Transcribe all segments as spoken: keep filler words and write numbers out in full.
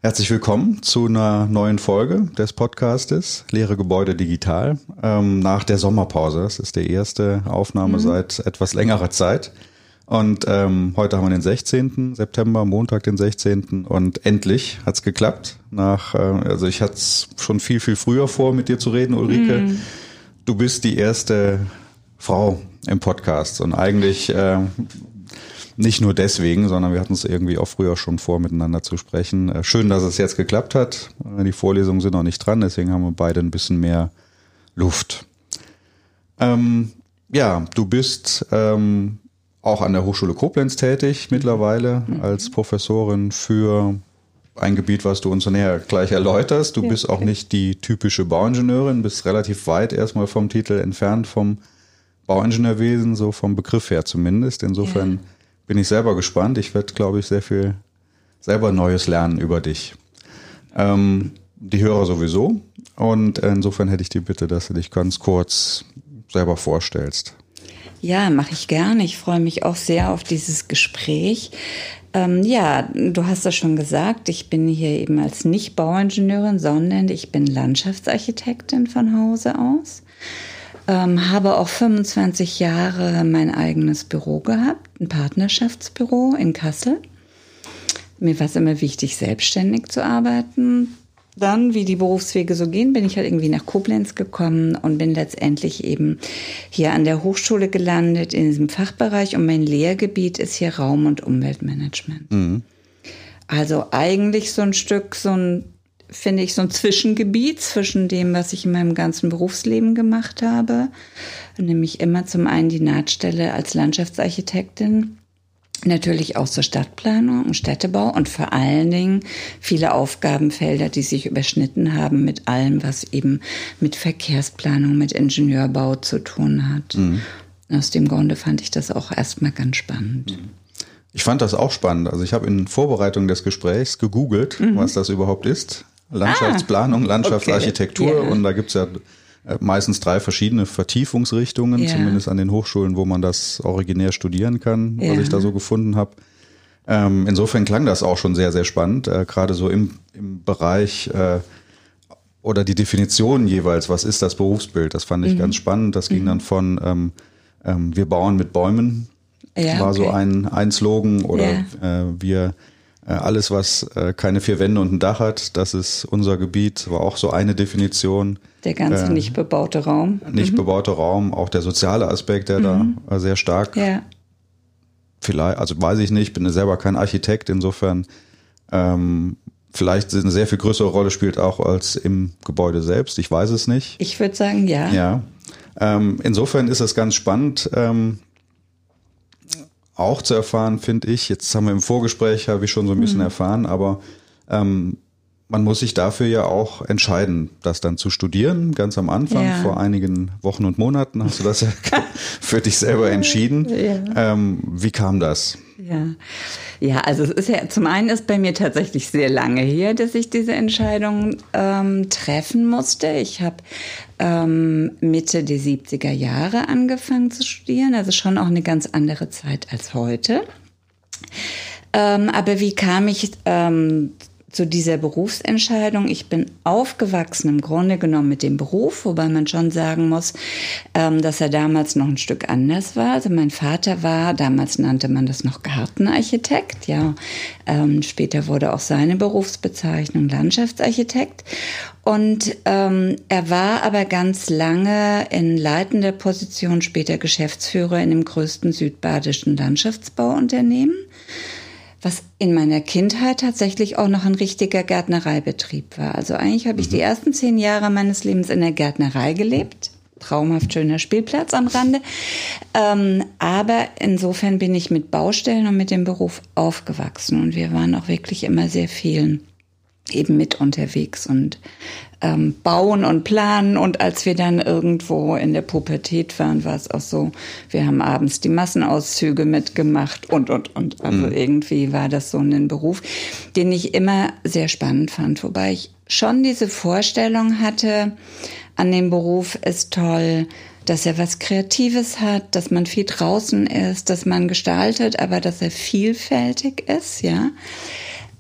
Herzlich willkommen zu einer neuen Folge des Podcastes Leere Gebäude digital. Ähm, nach der Sommerpause. Das ist die erste Aufnahme mhm. seit etwas längerer Zeit. Und ähm, heute haben wir den sechzehnten September, Montag den sechzehnten Und endlich hat's geklappt. Nach, äh, also ich hatte es schon viel, viel früher vor, mit dir zu reden, Ulrike. Mhm. Du bist die erste Frau im Podcast und eigentlich äh, nicht nur deswegen, sondern wir hatten es irgendwie auch früher schon vor, miteinander zu sprechen. Schön, dass es jetzt geklappt hat. Die Vorlesungen sind noch nicht dran, deswegen haben wir beide ein bisschen mehr Luft. Ähm, ja, du bist ähm, auch an der Hochschule Koblenz tätig mittlerweile mhm. als Professorin für ein Gebiet, was du uns näher gleich erläuterst. Du ja, bist okay. auch nicht die typische Bauingenieurin, bist relativ weit erstmal vom Titel entfernt vom Bauingenieurwesen, so vom Begriff her zumindest. Insofern ja. bin ich selber gespannt. Ich werde, glaube ich, sehr viel selber Neues lernen über dich. Ähm, die Hörer sowieso. Und insofern hätte ich die Bitte, dass du dich ganz kurz selber vorstellst. Ja, mache ich gerne. Ich freue mich auch sehr auf dieses Gespräch. Ähm, ja, du hast das schon gesagt. Ich bin hier eben als nicht Bauingenieurin, sondern ich bin Landschaftsarchitektin von Hause aus. Ähm, habe auch fünfundzwanzig Jahre mein eigenes Büro gehabt, ein Partnerschaftsbüro in Kassel. Mir war es immer wichtig, selbstständig zu arbeiten. Dann, wie die Berufswege so gehen, bin ich halt irgendwie nach Koblenz gekommen und bin letztendlich eben hier an der Hochschule gelandet in diesem Fachbereich. Und mein Lehrgebiet ist hier Raum- und Umweltmanagement. Mhm. Also eigentlich so ein Stück, so ein finde ich, so ein Zwischengebiet zwischen dem, was ich in meinem ganzen Berufsleben gemacht habe. Nämlich immer zum einen die Nahtstelle als Landschaftsarchitektin, natürlich auch zur Stadtplanung und Städtebau und vor allen Dingen viele Aufgabenfelder, die sich überschnitten haben mit allem, was eben mit Verkehrsplanung, mit Ingenieurbau zu tun hat. Mhm. Aus dem Grunde fand ich das auch erstmal ganz spannend. Ich fand das auch spannend. Also ich habe in Vorbereitung des Gesprächs gegoogelt, mhm. was das überhaupt ist. Landschaftsplanung, ah, Landschaftsarchitektur okay. yeah. und da gibt's ja meistens drei verschiedene Vertiefungsrichtungen, yeah. zumindest an den Hochschulen, wo man das originär studieren kann, yeah. was ich da so gefunden habe. Ähm, insofern klang das auch schon sehr, sehr spannend, äh, gerade so im, im Bereich äh, oder die Definition jeweils, was ist das Berufsbild, das fand ich mhm. ganz spannend. Das ging mhm. dann von ähm, ähm, wir bauen mit Bäumen, ja, war okay. so ein, ein Slogan oder yeah. äh, wir alles, was keine vier Wände und ein Dach hat, das ist unser Gebiet, war auch so eine Definition. Der ganze äh, nicht bebaute Raum. Nicht mhm. bebaute Raum, auch der soziale Aspekt, der mhm. da sehr stark, ja. vielleicht, also weiß ich nicht, bin selber kein Architekt, insofern ähm, vielleicht eine sehr viel größere Rolle spielt auch als im Gebäude selbst, ich weiß es nicht. Ich würde sagen, ja. Ja. Ähm, insofern ist es ganz spannend, ähm, auch zu erfahren, finde ich. Jetzt haben wir im Vorgespräch, habe ich schon so ein bisschen mhm. erfahren, aber ähm, man muss sich dafür ja auch entscheiden, das dann zu studieren. Ganz am Anfang, ja. vor einigen Wochen und Monaten hast du das ja für dich selber entschieden. Ja. Ähm, wie kam das? Ja. ja, also es ist ja, zum einen ist bei mir tatsächlich sehr lange her, dass ich diese Entscheidung ähm, treffen musste. Ich habe ähm, Mitte der siebziger Jahre angefangen zu studieren, also schon auch eine ganz andere Zeit als heute. Ähm, aber wie kam ich ähm, zu dieser Berufsentscheidung? Ich bin aufgewachsen im Grunde genommen mit dem Beruf, wobei man schon sagen muss, ähm, dass er damals noch ein Stück anders war. Also mein Vater war, damals nannte man das noch Gartenarchitekt, ja. Ähm, später wurde auch seine Berufsbezeichnung Landschaftsarchitekt. Und ähm, er war aber ganz lange in leitender Position, später Geschäftsführer in dem größten südbadischen Landschaftsbauunternehmen, was in meiner Kindheit tatsächlich auch noch ein richtiger Gärtnereibetrieb war. Also eigentlich habe ich die ersten zehn Jahre meines Lebens in der Gärtnerei gelebt. Traumhaft schöner Spielplatz am Rande. Ähm, aber insofern bin ich mit Baustellen und mit dem Beruf aufgewachsen. Und wir waren auch wirklich immer sehr vielen eben mit unterwegs und ähm, bauen und planen. Und als wir dann irgendwo in der Pubertät waren, war es auch so, wir haben abends die Massenauszüge mitgemacht und, und, und. Also mhm. irgendwie war das so ein Beruf, den ich immer sehr spannend fand. Wobei ich schon diese Vorstellung hatte, an dem Beruf ist toll, dass er was Kreatives hat, dass man viel draußen ist, dass man gestaltet, aber dass er vielfältig ist, ja.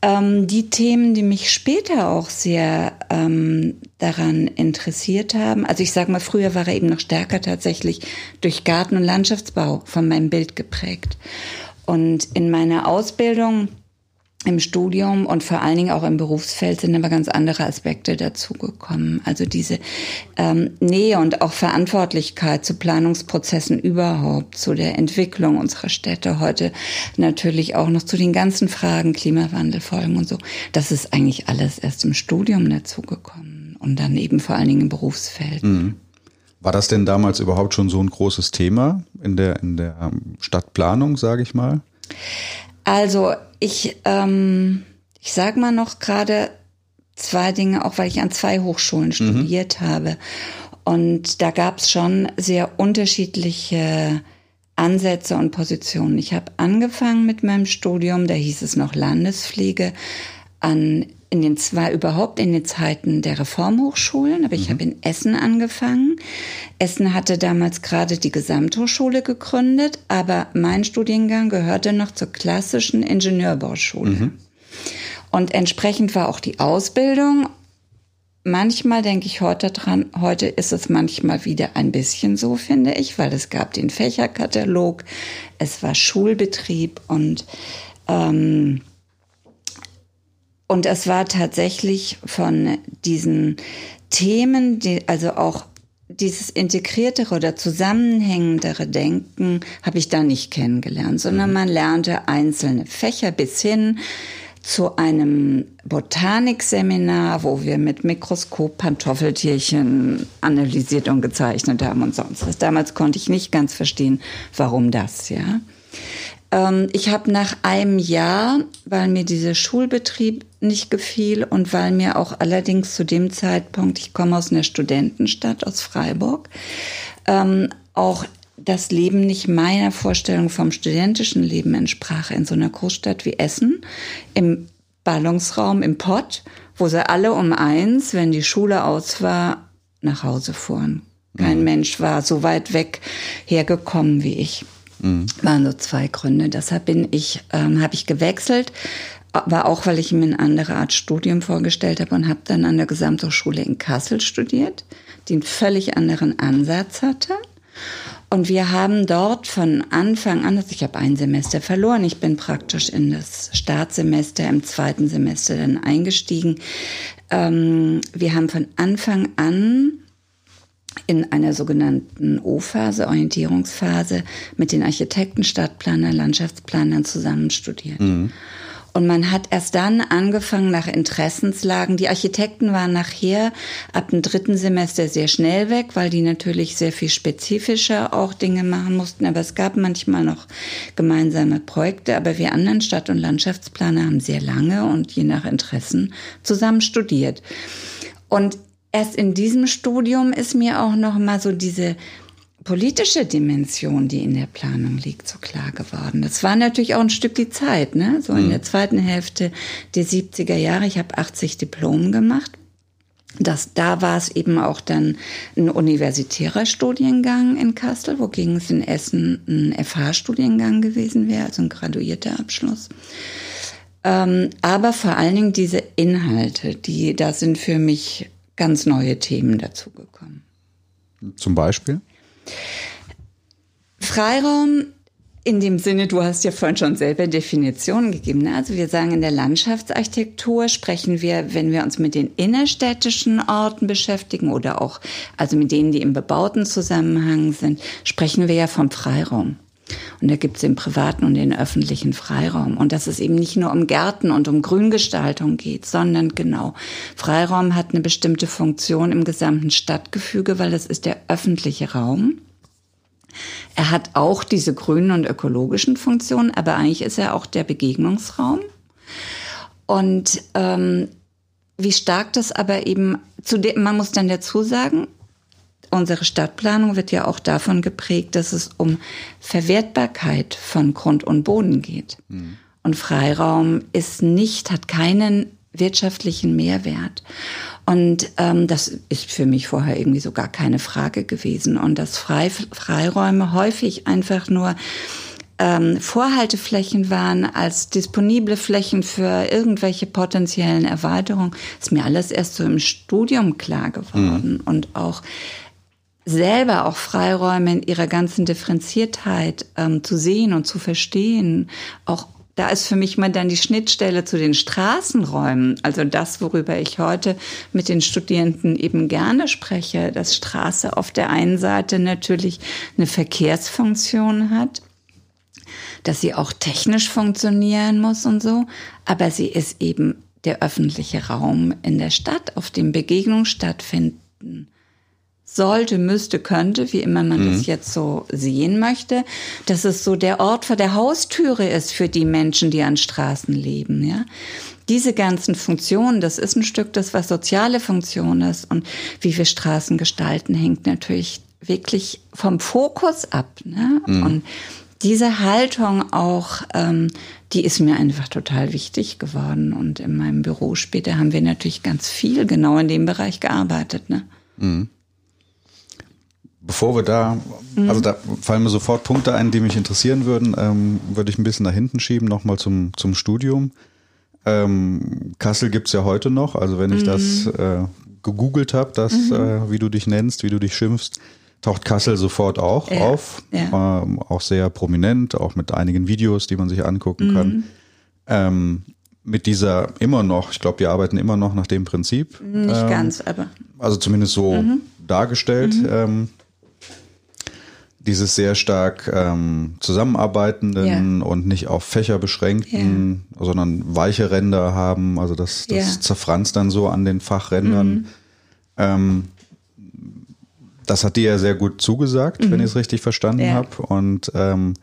Ähm, die Themen, die mich später auch sehr ähm, daran interessiert haben, also ich sage mal, früher war er eben noch stärker tatsächlich durch Garten- und Landschaftsbau von meinem Bild geprägt. Und in meiner Ausbildung, im Studium und vor allen Dingen auch im Berufsfeld sind aber ganz andere Aspekte dazugekommen. Also diese ähm, Nähe und auch Verantwortlichkeit zu Planungsprozessen überhaupt, zu der Entwicklung unserer Städte, heute natürlich auch noch zu den ganzen Fragen Klimawandelfolgen und so. Das ist eigentlich alles erst im Studium dazugekommen und dann eben vor allen Dingen im Berufsfeld. Mhm. War das denn damals überhaupt schon so ein großes Thema in der, in der Stadtplanung, sage ich mal? Also ich, ähm, ich sage mal noch gerade zwei Dinge, auch weil ich an zwei Hochschulen studiert mhm. habe. Und da gab es schon sehr unterschiedliche Ansätze und Positionen. Ich habe angefangen mit meinem Studium, da hieß es noch Landespflege, an in den zwei überhaupt in den Zeiten der Reformhochschulen, aber ich mhm. habe in Essen angefangen. Essen hatte damals gerade die Gesamthochschule gegründet, aber mein Studiengang gehörte noch zur klassischen Ingenieurbauschule. Mhm. Und entsprechend war auch die Ausbildung. Manchmal denke ich heute dran, heute ist es manchmal wieder ein bisschen so, finde ich, weil es gab den Fächerkatalog, es war Schulbetrieb und ähm, Und es war tatsächlich von diesen Themen, die, also auch dieses integriertere oder zusammenhängendere Denken, habe ich da nicht kennengelernt, sondern man lernte einzelne Fächer bis hin zu einem Botanikseminar, wo wir mit Mikroskop Pantoffeltierchen analysiert und gezeichnet haben und sonst was. Damals konnte ich nicht ganz verstehen, warum das, ja. Ich habe nach einem Jahr, weil mir dieser Schulbetrieb nicht gefiel und weil mir auch allerdings zu dem Zeitpunkt, ich komme aus einer Studentenstadt, aus Freiburg, ähm, auch das Leben nicht meiner Vorstellung vom studentischen Leben entsprach in so einer Großstadt wie Essen, im Ballungsraum, im Pott, wo sie alle um eins, wenn die Schule aus war, nach Hause fuhren. Kein mhm. Mensch war so weit weg hergekommen wie ich. Mhm. Waren so zwei Gründe. Deshalb bin ich, ähm, habe ich gewechselt, aber auch, weil ich mir eine andere Art Studium vorgestellt habe und habe dann an der Gesamthochschule in Kassel studiert, die einen völlig anderen Ansatz hatte. Und wir haben dort von Anfang an, also ich habe ein Semester verloren, ich bin praktisch in das Startsemester im zweiten Semester dann eingestiegen. Ähm, wir haben von Anfang an in einer sogenannten O-Phase, Orientierungsphase, mit den Architekten, Stadtplanern, Landschaftsplanern zusammen studiert. Mhm. Und man hat erst dann angefangen nach Interessenslagen. Die Architekten waren nachher ab dem dritten Semester sehr schnell weg, weil die natürlich sehr viel spezifischer auch Dinge machen mussten. Aber es gab manchmal noch gemeinsame Projekte. Aber wir anderen Stadt- und Landschaftsplaner haben sehr lange und je nach Interessen zusammen studiert. Und erst in diesem Studium ist mir auch noch mal so diese politische Dimension, die in der Planung liegt, so klar geworden. Das war natürlich auch ein Stück die Zeit, ne? So in der zweiten Hälfte der siebziger Jahre. Ich habe achtzig Diplom gemacht. Das, da war es eben auch dann ein universitärer Studiengang in Kassel, wogegen es in Essen ein F H-Studiengang gewesen wäre, also ein graduierter Abschluss. Ähm, aber vor allen Dingen diese Inhalte, die, da sind für mich ganz neue Themen dazugekommen. Zum Beispiel? Freiraum in dem Sinne, du hast ja vorhin schon selber Definitionen gegeben. Ne? Also wir sagen, in der Landschaftsarchitektur sprechen wir, wenn wir uns mit den innerstädtischen Orten beschäftigen oder auch also mit denen, die im bebauten Zusammenhang sind, sprechen wir ja vom Freiraum. Und da gibt es den privaten und den öffentlichen Freiraum. Und dass es eben nicht nur um Gärten und um Grüngestaltung geht, sondern genau, Freiraum hat eine bestimmte Funktion im gesamten Stadtgefüge, weil es ist der öffentliche Raum. Er hat auch diese grünen und ökologischen Funktionen, aber eigentlich ist er auch der Begegnungsraum. Und ähm, wie stark das aber eben, zu dem, man muss dann dazu sagen, unsere Stadtplanung wird ja auch davon geprägt, dass es um Verwertbarkeit von Grund und Boden geht. Mhm. Und Freiraum ist nicht, hat keinen wirtschaftlichen Mehrwert. Und ähm, das ist für mich vorher irgendwie so gar keine Frage gewesen. Und dass Frei, Freiräume häufig einfach nur ähm, Vorhalteflächen waren, als disponible Flächen für irgendwelche potenziellen Erweiterungen, ist mir alles erst so im Studium klar geworden. Mhm. Und auch selber auch Freiräume in ihrer ganzen Differenziertheit ähm, zu sehen und zu verstehen. Auch da ist für mich mal dann die Schnittstelle zu den Straßenräumen. Also das, worüber ich heute mit den Studierenden eben gerne spreche, dass Straße auf der einen Seite natürlich eine Verkehrsfunktion hat, dass sie auch technisch funktionieren muss und so, aber sie ist eben der öffentliche Raum in der Stadt, auf dem Begegnungen stattfinden sollte, müsste, könnte, wie immer man mhm. das jetzt so sehen möchte, dass es so der Ort vor der Haustüre ist für die Menschen, die an Straßen leben, ja. Diese ganzen Funktionen, das ist ein Stück das, was soziale Funktion ist, und wie wir Straßen gestalten, hängt natürlich wirklich vom Fokus ab, ne? Mhm. Und diese Haltung auch, ähm, die ist mir einfach total wichtig geworden, und in meinem Büro später haben wir natürlich ganz viel genau in dem Bereich gearbeitet, ne? Mhm. Bevor wir da, also da fallen mir sofort Punkte ein, die mich interessieren würden, ähm, würde ich ein bisschen nach hinten schieben, nochmal zum, zum Studium. Ähm, Kassel gibt's ja heute noch, also wenn ich mhm. das äh, gegoogelt habe, das, mhm. äh, wie du dich nennst, wie du dich schimpfst, taucht Kassel sofort auch ja. auf, ja. Ähm, auch sehr prominent, auch mit einigen Videos, die man sich angucken mhm. kann. Ähm, mit dieser immer noch, ich glaube, die arbeiten immer noch nach dem Prinzip. Nicht ähm, ganz, aber. Also zumindest so mhm. dargestellt. Mhm. Ähm, dieses sehr stark ähm, zusammenarbeitenden ja. und nicht auf Fächer beschränkten, ja. sondern weiche Ränder haben, also das, das ja. zerfranst dann so an den Fachrändern. Mhm. Ähm, das hat dir ja sehr gut zugesagt, mhm. wenn ich es richtig verstanden ja. habe. Und ähm,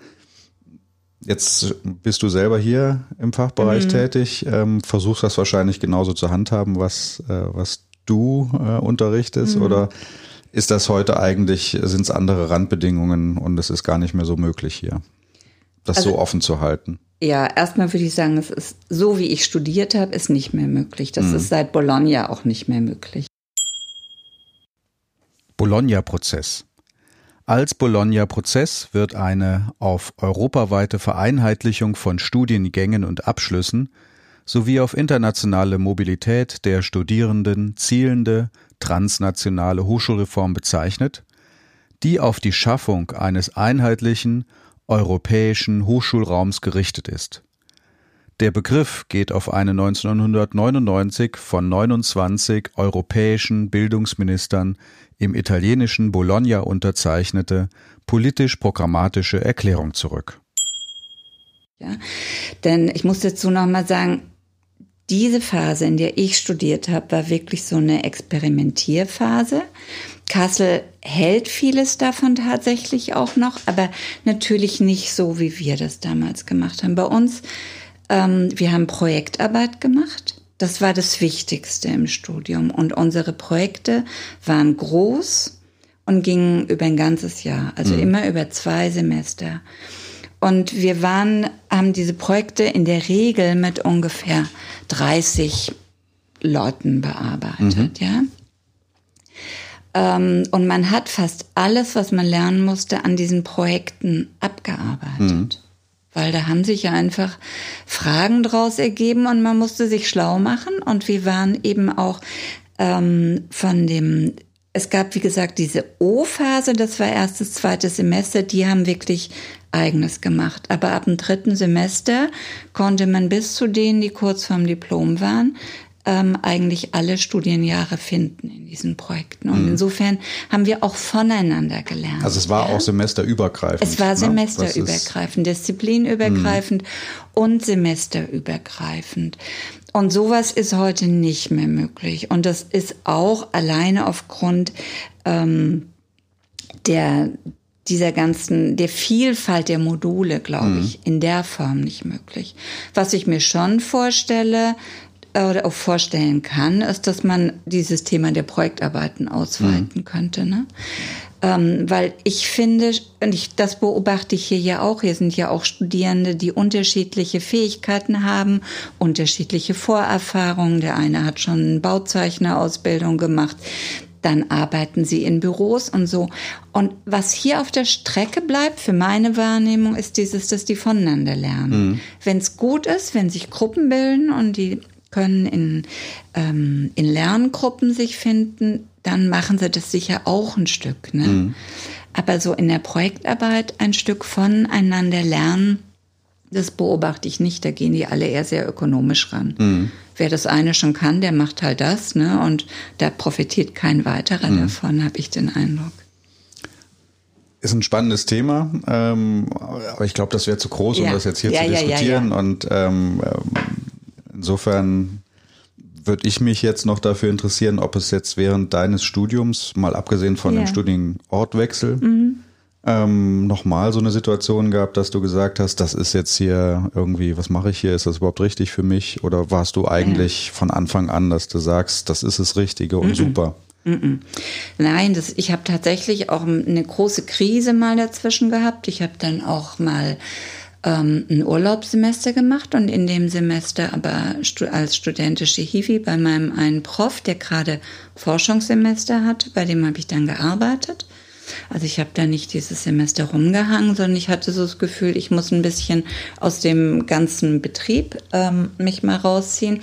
jetzt bist du selber hier im Fachbereich mhm. tätig, ähm, versuchst das wahrscheinlich genauso zu handhaben, was, äh, was du äh, unterrichtest, mhm. oder ist das heute eigentlich, sind es andere Randbedingungen und es ist gar nicht mehr so möglich hier, das also, so offen zu halten? Ja, erstmal würde ich sagen, es ist so, wie ich studiert habe, ist nicht mehr möglich. Das mhm. ist seit Bologna auch nicht mehr möglich. Bologna-Prozess. Als Bologna-Prozess wird eine auf europaweite Vereinheitlichung von Studiengängen und Abschlüssen sowie auf internationale Mobilität der Studierenden zielende transnationale Hochschulreform bezeichnet, die auf die Schaffung eines einheitlichen europäischen Hochschulraums gerichtet ist. Der Begriff geht auf eine neunzehnhundertneunundneunzig von neunundzwanzig europäischen Bildungsministern im italienischen Bologna unterzeichnete politisch-programmatische Erklärung zurück. Ja, denn ich muss dazu noch mal sagen, diese Phase, in der ich studiert habe, war wirklich so eine Experimentierphase. Kassel hält vieles davon tatsächlich auch noch, aber natürlich nicht so, wie wir das damals gemacht haben. Bei uns, ähm, wir haben Projektarbeit gemacht. Das war das Wichtigste im Studium. Und unsere Projekte waren groß und gingen über ein ganzes Jahr, also mhm. immer über zwei Semester. Und wir waren, haben diese Projekte in der Regel mit ungefähr dreißig Leuten bearbeitet, mhm. ja. Ähm, und man hat fast alles, was man lernen musste, an diesen Projekten abgearbeitet. Mhm. Weil da haben sich ja einfach Fragen draus ergeben und man musste sich schlau machen. Und wir waren eben auch ähm, von dem, es gab wie gesagt diese O-Phase, das war erstes, zweites Semester, die haben wirklich Eigenes gemacht. Aber ab dem dritten Semester konnte man bis zu denen, die kurz vorm Diplom waren, ähm, eigentlich alle Studienjahre finden in diesen Projekten. Und mhm. insofern haben wir auch voneinander gelernt. Also es war ja? auch semesterübergreifend. Es war semesterübergreifend, ne? disziplinübergreifend mhm. und semesterübergreifend. Und sowas ist heute nicht mehr möglich. Und das ist auch alleine aufgrund ähm, der dieser ganzen, der Vielfalt der Module, glaube ich, mhm. in der Form nicht möglich. Was ich mir schon vorstelle oder auch vorstellen kann, ist, dass man dieses Thema der Projektarbeiten ausweiten mhm. könnte, ne? Ähm, weil ich finde, und ich, das beobachte ich hier ja auch, hier sind ja auch Studierende, die unterschiedliche Fähigkeiten haben, unterschiedliche Vorerfahrungen. Der eine hat schon eine Bauzeichnerausbildung gemacht. dann arbeiten sie in Büros und so. Und was hier auf der Strecke bleibt, für meine Wahrnehmung, ist dieses, dass die voneinander lernen. Mhm. Wenn es gut ist, wenn sich Gruppen bilden und die können in, ähm, in Lerngruppen sich finden, dann machen sie das sicher auch ein Stück. Ne? Mhm. Aber so in der Projektarbeit ein Stück voneinander lernen, das beobachte ich nicht. Da gehen die alle eher sehr ökonomisch ran. Mhm. Wer das eine schon kann, der macht halt das, ne? Und da profitiert kein weiterer mhm. davon, habe ich den Eindruck. Ist ein spannendes Thema, ähm, aber ich glaube, das wäre zu groß, um ja. das jetzt hier ja, zu ja, diskutieren. Ja, ja. Und ähm, insofern würde ich mich jetzt noch dafür interessieren, ob es jetzt während deines Studiums, mal abgesehen von ja. dem Studienortwechsel, mhm. ähm, nochmal so eine Situation gab, dass du gesagt hast, das ist jetzt hier irgendwie, was mache ich hier, ist das überhaupt richtig für mich? Oder warst du eigentlich ja. von Anfang an, dass du sagst, das ist das Richtige und mhm. super? Mhm. Nein, das, ich habe tatsächlich auch eine große Krise mal dazwischen gehabt. Ich habe dann auch mal ähm, ein Urlaubssemester gemacht und in dem Semester aber stu- als studentische Hiwi bei meinem einen Prof, der gerade Forschungssemester hatte, bei dem habe ich dann gearbeitet. Also ich habe da nicht dieses Semester rumgehangen, sondern ich hatte so das Gefühl, ich muss ein bisschen aus dem ganzen Betrieb ähm, mich mal rausziehen.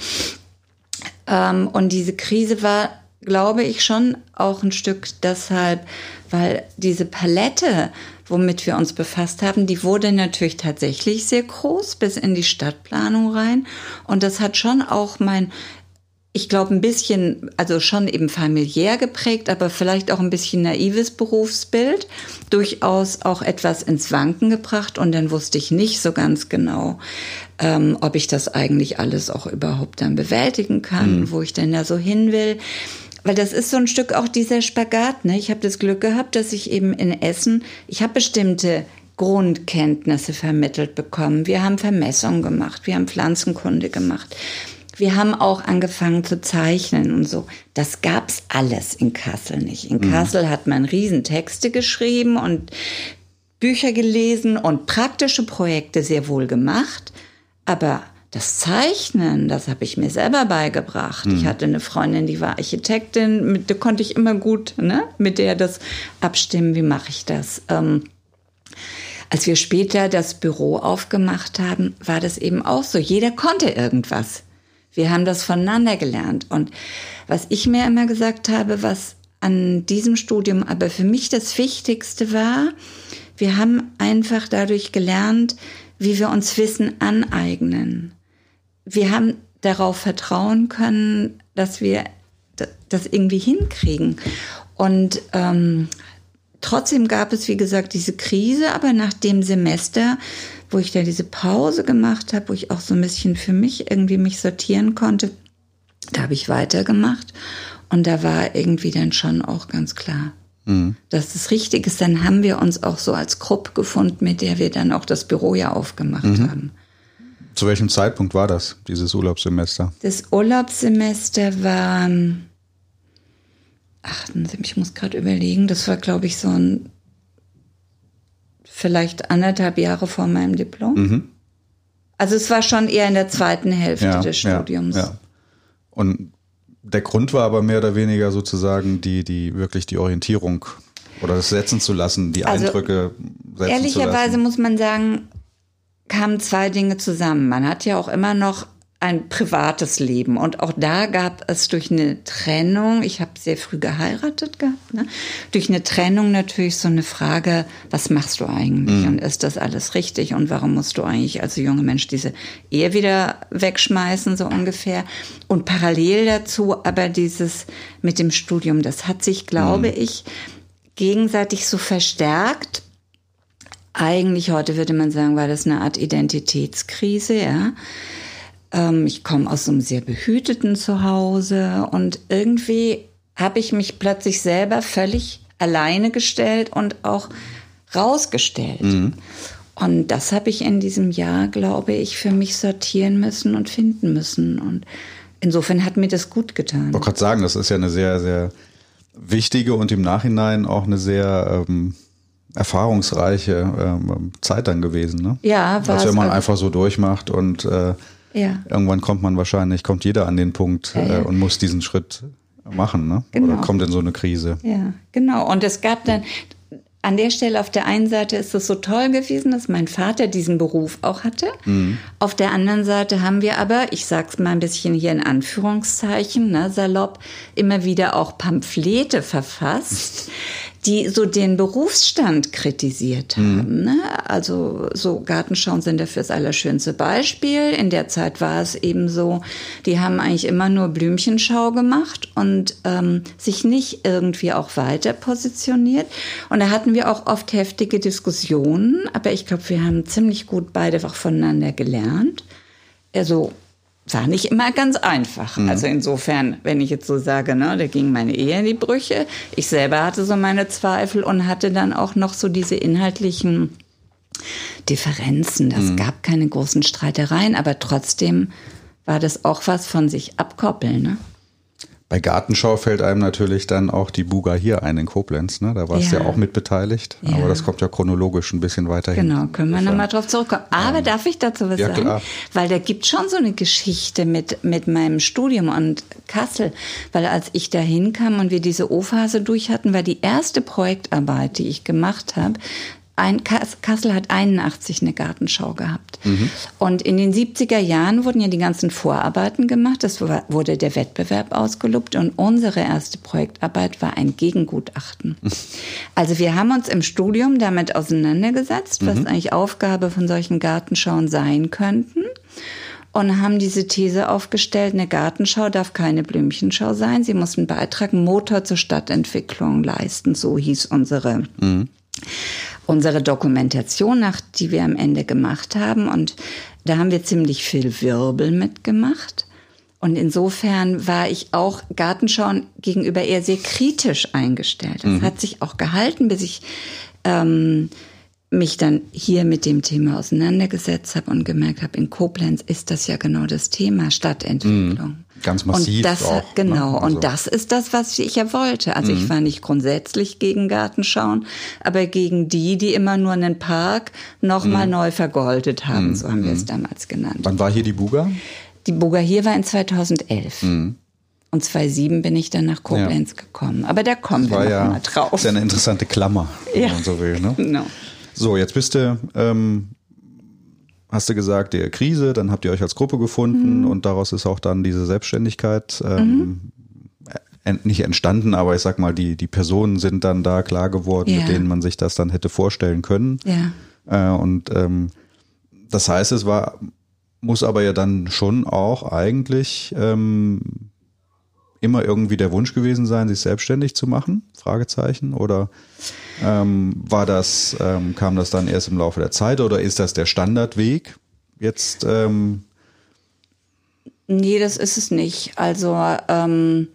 Ähm, und diese Krise war, glaube ich, schon auch ein Stück deshalb, weil diese Palette, womit wir uns befasst haben, die wurde natürlich tatsächlich sehr groß bis in die Stadtplanung rein. Und das hat schon auch mein, ich glaube, ein bisschen, also schon eben familiär geprägt, aber vielleicht auch ein bisschen naives Berufsbild, durchaus auch etwas ins Wanken gebracht. Und dann wusste ich nicht so ganz genau, ähm, ob ich das eigentlich alles auch überhaupt dann bewältigen kann, mhm. wo ich denn da so hin will. Weil das ist so ein Stück auch dieser Spagat, ne? Ich habe das Glück gehabt, dass ich eben in Essen, ich habe bestimmte Grundkenntnisse vermittelt bekommen. Wir haben Vermessungen gemacht, wir haben Pflanzenkunde gemacht. Wir haben auch angefangen zu zeichnen und so. Das gab's alles in Kassel nicht. In mhm. Kassel hat man Riesentexte geschrieben und Bücher gelesen und praktische Projekte sehr wohl gemacht. Aber das Zeichnen, das habe ich mir selber beigebracht. Mhm. Ich hatte eine Freundin, die war Architektin, mit der konnte ich immer gut, ne, mit der das abstimmen, wie mache ich das. Ähm, als wir später das Büro aufgemacht haben, war das eben auch so. Jeder konnte irgendwas. Wir haben das voneinander gelernt. Und was ich mir immer gesagt habe, was an diesem Studium aber für mich das Wichtigste war, wir haben einfach dadurch gelernt, wie wir uns Wissen aneignen. Wir haben darauf vertrauen können, dass wir das irgendwie hinkriegen. Und ähm, trotzdem gab es, wie gesagt, diese Krise, aber nach dem Semester, wo ich da diese Pause gemacht habe, wo ich auch so ein bisschen für mich irgendwie mich sortieren konnte, da habe ich weitergemacht. Und da war irgendwie dann schon auch ganz klar, mhm. dass das richtig ist. Dann haben wir uns auch so als Gruppe gefunden, mit der wir dann auch das Büro ja aufgemacht mhm. haben. Zu welchem Zeitpunkt war das, dieses Urlaubssemester? Das Urlaubssemester war, ach, ich muss gerade überlegen, das war, glaube ich, so ein, vielleicht anderthalb Jahre vor meinem Diplom. Mhm. Also es war schon eher in der zweiten Hälfte ja, des Studiums. Ja, ja. Und der Grund war aber mehr oder weniger sozusagen die, die wirklich die Orientierung oder das setzen zu lassen, die also Eindrücke setzen zu lassen. Ehrlicherweise muss man sagen, kamen zwei Dinge zusammen. Man hat ja auch immer noch ein privates Leben und auch da gab es durch eine Trennung, ich habe sehr früh geheiratet gehabt, ne? Durch eine Trennung natürlich so eine Frage, was machst du eigentlich mhm. und ist das alles richtig und warum musst du eigentlich als junger Mensch diese Ehe wieder wegschmeißen, so ungefähr. Und parallel dazu aber dieses mit dem Studium, das hat sich, glaube mhm. ich, gegenseitig so verstärkt. Eigentlich, heute würde man sagen, war das eine Art Identitätskrise, ja. Ähm, ich komme aus so einem sehr behüteten Zuhause und irgendwie habe ich mich plötzlich selber völlig alleine gestellt und auch rausgestellt. Mhm. Und das habe ich in diesem Jahr, glaube ich, für mich sortieren müssen und finden müssen. Und insofern hat mir das gut getan. Ich wollte gerade sagen, das ist ja eine sehr, sehr wichtige und im Nachhinein auch eine sehr ähm erfahrungsreiche ähm, Zeit dann gewesen, ne? Ja, war als wenn man einfach so durchmacht und äh, ja. irgendwann kommt man wahrscheinlich, kommt jeder an den Punkt ja, ja. Äh, und muss diesen Schritt machen, ne? Genau. Oder kommt in so eine Krise. Ja, genau. Und es gab dann an der Stelle, auf der einen Seite ist es so toll gewesen, dass mein Vater diesen Beruf auch hatte. Mhm. Auf der anderen Seite haben wir aber, ich sag's mal ein bisschen hier in Anführungszeichen, ne, salopp, immer wieder auch Pamphlete verfasst, die so den Berufsstand kritisiert haben. Mhm. Ne? Also so Gartenschauen sind dafür das allerschönste Beispiel. In der Zeit war es eben so, die haben eigentlich immer nur Blümchenschau gemacht und ähm, sich nicht irgendwie auch weiter positioniert. Und da hatten wir auch oft heftige Diskussionen, aber ich glaube, wir haben ziemlich gut beide auch voneinander gelernt. Also war nicht immer ganz einfach. Mhm. Also insofern, wenn ich jetzt so sage, ne, da ging meine Ehe in die Brüche. Ich selber hatte so meine Zweifel und hatte dann auch noch so diese inhaltlichen Differenzen. Das mhm. gab keine großen Streitereien, aber trotzdem war das auch was von sich abkoppeln, ne? Bei Gartenschau fällt einem natürlich dann auch die Buga hier ein in Koblenz, ne? Da warst du ja. ja auch mit beteiligt, ja. aber das kommt ja chronologisch ein bisschen weiter hin. Genau, können wir nochmal drauf zurückkommen. Aber ähm, darf ich dazu was ja, sagen? Klar. Weil da gibt schon so eine Geschichte mit, mit meinem Studium und Kassel. Weil als ich da hinkam und wir diese O-Phase durch hatten, war die erste Projektarbeit, die ich gemacht habe, Ein Kassel hat einundachtzig eine Gartenschau gehabt. Mhm. Und in den siebziger Jahren wurden ja die ganzen Vorarbeiten gemacht. Es wurde der Wettbewerb ausgelobt und unsere erste Projektarbeit war ein Gegengutachten. Mhm. Also wir haben uns im Studium damit auseinandergesetzt, mhm. was eigentlich Aufgabe von solchen Gartenschauen sein könnten. Und haben diese These aufgestellt, eine Gartenschau darf keine Blümchenschau sein. Sie muss einen Beitrag, einen Motor zur Stadtentwicklung leisten. So hieß unsere mhm. unsere Dokumentation, nach die wir am Ende gemacht haben. Und da haben wir ziemlich viel Wirbel mitgemacht. Und insofern war ich auch Gartenschauen gegenüber eher sehr kritisch eingestellt. Das mhm. hat sich auch gehalten, bis ich ähm, mich dann hier mit dem Thema auseinandergesetzt habe und gemerkt habe, in Koblenz ist das ja genau das Thema Stadtentwicklung. Mhm. Ganz massiv. Und das, auch, genau, ne? also. Und das ist das, was ich ja wollte. Also mhm. ich war nicht grundsätzlich gegen Gartenschauen, aber gegen die, die immer nur einen Park nochmal mhm. neu vergoldet haben, mhm. so haben wir es damals genannt. Wann war hier die Buga? Die Buga hier war in zweitausendelf. Mhm. Und zweitausendsieben bin ich dann nach Koblenz ja. gekommen. Aber da kommen das wir noch ja, mal drauf. Das ist ja eine interessante Klammer, wenn ja. man so will. Ne? Genau. So, jetzt bist du, ähm, hast du gesagt, der Krise, dann habt ihr euch als Gruppe gefunden mhm. und daraus ist auch dann diese Selbstständigkeit ähm, mhm. nicht entstanden, aber ich sag mal, die, die Personen sind dann da klar geworden, ja. mit denen man sich das dann hätte vorstellen können. Ja. Äh, und ähm, das heißt, es war, muss aber ja dann schon auch eigentlich ähm, immer irgendwie der Wunsch gewesen sein, sich selbstständig zu machen? Fragezeichen. Oder ähm, war das, ähm, kam das dann erst im Laufe der Zeit oder ist das der Standardweg jetzt? Ähm Nee, das ist es nicht. Also ähm,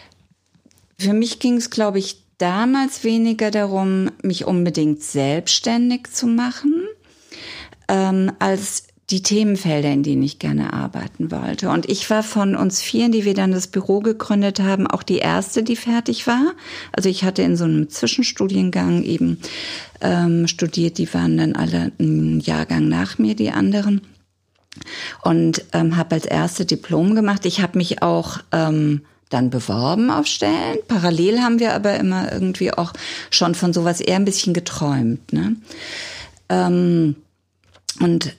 für mich ging es, glaube ich, damals weniger darum, mich unbedingt selbstständig zu machen, ähm, als die Themenfelder, in denen ich gerne arbeiten wollte. Und ich war von uns vieren, die wir dann das Büro gegründet haben, auch die erste, die fertig war. Also ich hatte in so einem Zwischenstudiengang eben ähm, studiert, die waren dann alle einen Jahrgang nach mir, die anderen. Und ähm, habe als erste Diplom gemacht. Ich habe mich auch ähm, dann beworben auf Stellen. Parallel haben wir aber immer irgendwie auch schon von sowas eher ein bisschen geträumt. Ne? Ähm, und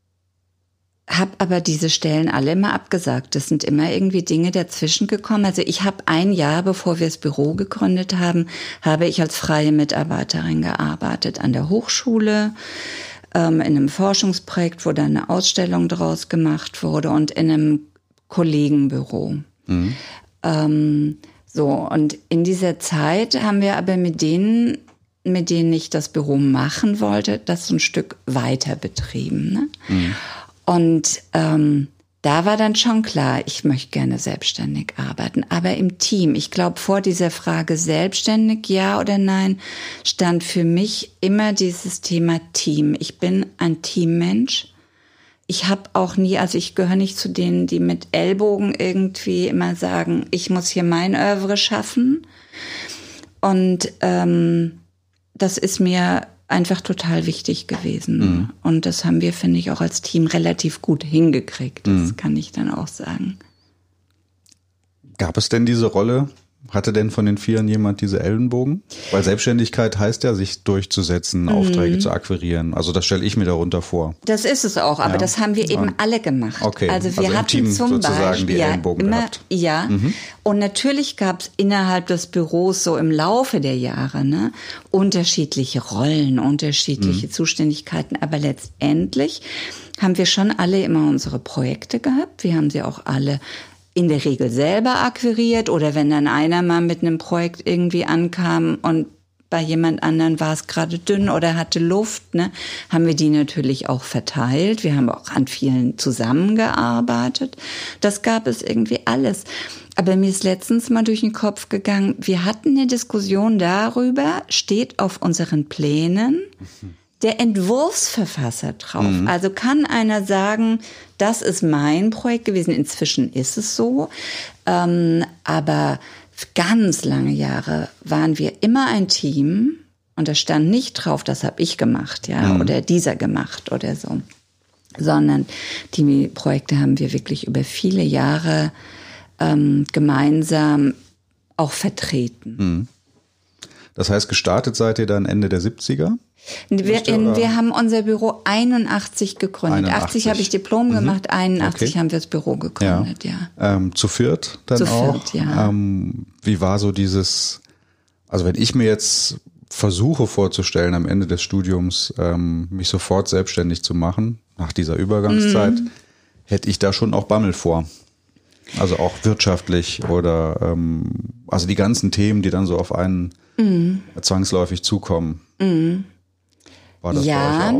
habe aber diese Stellen alle immer abgesagt. Das sind immer irgendwie Dinge dazwischen gekommen. Also ich habe ein Jahr, bevor wir das Büro gegründet haben, habe ich als freie Mitarbeiterin gearbeitet an der Hochschule, ähm, in einem Forschungsprojekt, wo dann eine Ausstellung draus gemacht wurde und in einem Kollegenbüro. Mhm. Ähm, so, und in dieser Zeit haben wir aber mit denen, mit denen ich das Büro machen wollte, das so ein Stück weiter betrieben, ne? Mhm. Und ähm, da war dann schon klar, ich möchte gerne selbstständig arbeiten, aber im Team. Ich glaube, vor dieser Frage selbstständig, ja oder nein, stand für mich immer dieses Thema Team. Ich bin ein Teammensch. Ich habe auch nie, also ich gehöre nicht zu denen, die mit Ellbogen irgendwie immer sagen, ich muss hier mein Övre schaffen. Und ähm, das ist mir einfach total wichtig gewesen. Mhm. Und das haben wir, finde ich, auch als Team relativ gut hingekriegt. Das mhm. kann ich dann auch sagen. Gab es denn diese Rolle Hatte denn von den Vieren jemand diese Ellenbogen? Weil Selbstständigkeit heißt ja, sich durchzusetzen, mhm. Aufträge zu akquirieren. Also das stelle ich mir darunter vor. Das ist es auch, aber ja. das haben wir eben ja. alle gemacht. Okay. Also wir also hatten Team zum sozusagen Beispiel die Ellenbogen immer, gehabt. Ja, mhm. und natürlich gab es innerhalb des Büros so im Laufe der Jahre ne, unterschiedliche Rollen, unterschiedliche mhm. Zuständigkeiten, aber letztendlich haben wir schon alle immer unsere Projekte gehabt. Wir haben sie auch alle in der Regel selber akquiriert oder wenn dann einer mal mit einem Projekt irgendwie ankam und bei jemand anderen war es gerade dünn oder hatte Luft, ne, haben wir die natürlich auch verteilt. Wir haben auch an vielen zusammengearbeitet. Das gab es irgendwie alles. Aber mir ist letztens mal durch den Kopf gegangen, wir hatten eine Diskussion darüber, steht auf unseren Plänen der Entwurfsverfasser drauf. Mhm. Also kann einer sagen, das ist mein Projekt gewesen. Inzwischen ist es so. Ähm, aber ganz lange Jahre waren wir immer ein Team und da stand nicht drauf, das habe ich gemacht, ja, mhm. oder dieser gemacht oder so. Sondern die Projekte haben wir wirklich über viele Jahre ähm, gemeinsam auch vertreten. Mhm. Das heißt, gestartet seid ihr dann Ende der siebziger? Wir, in, wir haben unser Büro einundachtzig gegründet. einundachtzig achtzig habe ich Diplom gemacht, mhm. einundachtzig okay. haben wir das Büro gegründet, ja. ja. Ähm, zu viert dann zu auch? Viert, ja. Ähm, wie war so dieses, also wenn ich mir jetzt versuche vorzustellen, am Ende des Studiums ähm, mich sofort selbstständig zu machen, nach dieser Übergangszeit, mhm. hätte ich da schon auch Bammel vor. Also auch wirtschaftlich oder ähm, also die ganzen Themen, die dann so auf einen mhm. zwangsläufig zukommen. Mhm. War das ja, bei euch auch?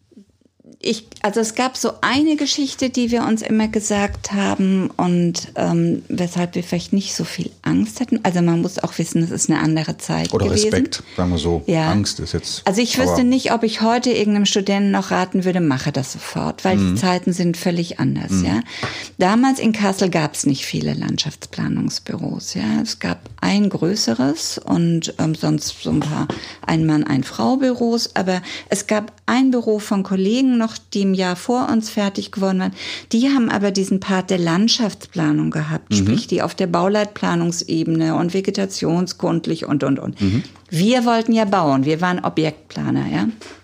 Ich, also es gab so eine Geschichte, die wir uns immer gesagt haben und ähm, weshalb wir vielleicht nicht so viel Angst hatten. Also man muss auch wissen, es ist eine andere Zeit Oder gewesen. Respekt, sagen wir so. Ja. Angst ist jetzt... Also ich wüsste nicht, ob ich heute irgendeinem Studenten noch raten würde, mache das sofort, weil mhm. die Zeiten sind völlig anders. Mhm. Ja. Damals in Kassel gab es nicht viele Landschaftsplanungsbüros. Ja. Es gab ein größeres und ähm, sonst so ein paar Ein-Mann-, Ein-Frau-Büros. Aber es gab ein Büro von Kollegen noch, die im Jahr vor uns fertig geworden waren. Die haben aber diesen Part der Landschaftsplanung gehabt, mhm. sprich die auf der Bauleitplanungsebene und vegetationskundlich und, und, und. Mhm. Wir wollten ja bauen, wir waren Objektplaner, ja.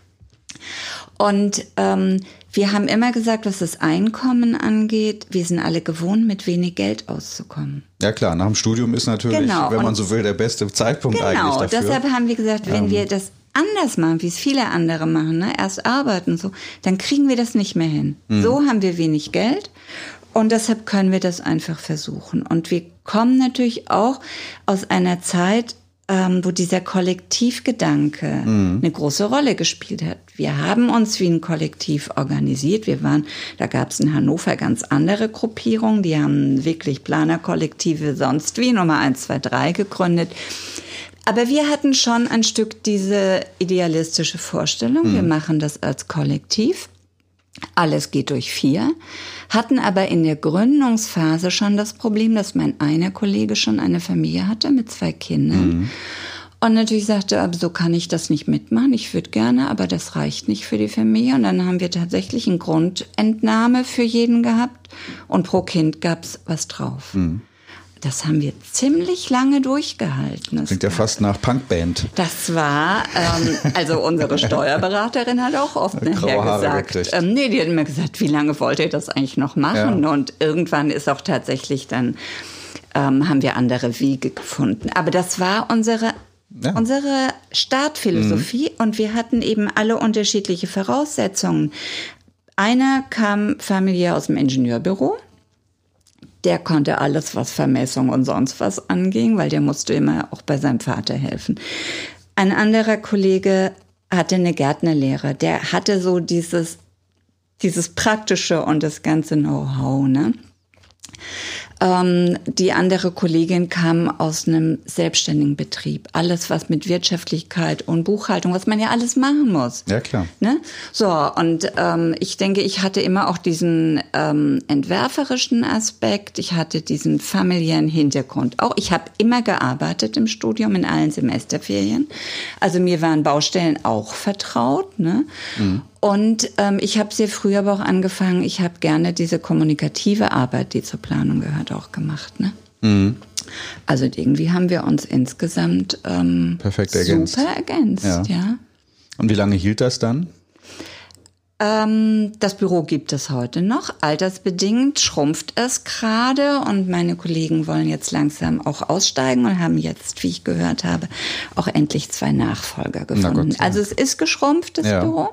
Und ähm, wir haben immer gesagt, was das Einkommen angeht, wir sind alle gewohnt, mit wenig Geld auszukommen. Ja klar, nach dem Studium ist natürlich, genau. wenn man und so will, der beste Zeitpunkt genau, eigentlich dafür. Genau, deshalb haben wir gesagt, wenn ähm. wir das anders machen, wie es viele andere machen, ne? Erst arbeiten so, dann kriegen wir das nicht mehr hin. Mhm. So haben wir wenig Geld und deshalb können wir das einfach versuchen. Und wir kommen natürlich auch aus einer Zeit, ähm, wo dieser Kollektivgedanke mhm. eine große Rolle gespielt hat. Wir haben uns wie ein Kollektiv organisiert. Wir waren, da gab es in Hannover ganz andere Gruppierungen, die haben wirklich Planerkollektive sonst wie Nummer eins, zwei, drei gegründet. Aber wir hatten schon ein Stück diese idealistische Vorstellung, mhm. wir machen das als Kollektiv, alles geht durch vier, hatten aber in der Gründungsphase schon das Problem, dass mein einer Kollege schon eine Familie hatte mit zwei Kindern mhm. und natürlich sagte, aber so kann ich das nicht mitmachen, ich würde gerne, aber das reicht nicht für die Familie. Und dann haben wir tatsächlich eine Grundentnahme für jeden gehabt und pro Kind gab's was drauf. Mhm. Das haben wir ziemlich lange durchgehalten. Das klingt ja fast nach Punkband. Das war, ähm, also unsere Steuerberaterin hat auch oft nachher gesagt, ähm, nee, die hat immer gesagt, wie lange wollt ihr das eigentlich noch machen? Ja. Und irgendwann ist auch tatsächlich dann, ähm, haben wir andere Wege gefunden. Aber das war unsere, ja. unsere Startphilosophie mhm. und wir hatten eben alle unterschiedliche Voraussetzungen. Einer kam familiär aus dem Ingenieurbüro. Der konnte alles, was Vermessung und sonst was anging, weil der musste immer auch bei seinem Vater helfen. Ein anderer Kollege hatte eine Gärtnerlehre. Der hatte so dieses, dieses Praktische und das ganze Know-how, ne? Ähm, die andere Kollegin kam aus einem selbstständigen Betrieb. Alles, was mit Wirtschaftlichkeit und Buchhaltung, was man ja alles machen muss. Ja, klar. Ne? So, und ähm, ich denke, ich hatte immer auch diesen ähm, entwerferischen Aspekt. Ich hatte diesen familiären Hintergrund. Auch ich habe immer gearbeitet im Studium in allen Semesterferien. Also mir waren Baustellen auch vertraut, ne? Mhm. Und ähm, ich habe sehr früh aber auch angefangen, ich habe gerne diese kommunikative Arbeit, die zur Planung gehört, auch gemacht. Ne? Mhm. Also irgendwie haben wir uns insgesamt ähm, perfekt ergänzt. super ergänzt. Ja. ja. Und wie lange hielt das dann? Ähm, das Büro gibt es heute noch. Altersbedingt schrumpft es gerade und meine Kollegen wollen jetzt langsam auch aussteigen und haben jetzt, wie ich gehört habe, auch endlich zwei Nachfolger gefunden. Gott, also es ist geschrumpft, das ja. Büro.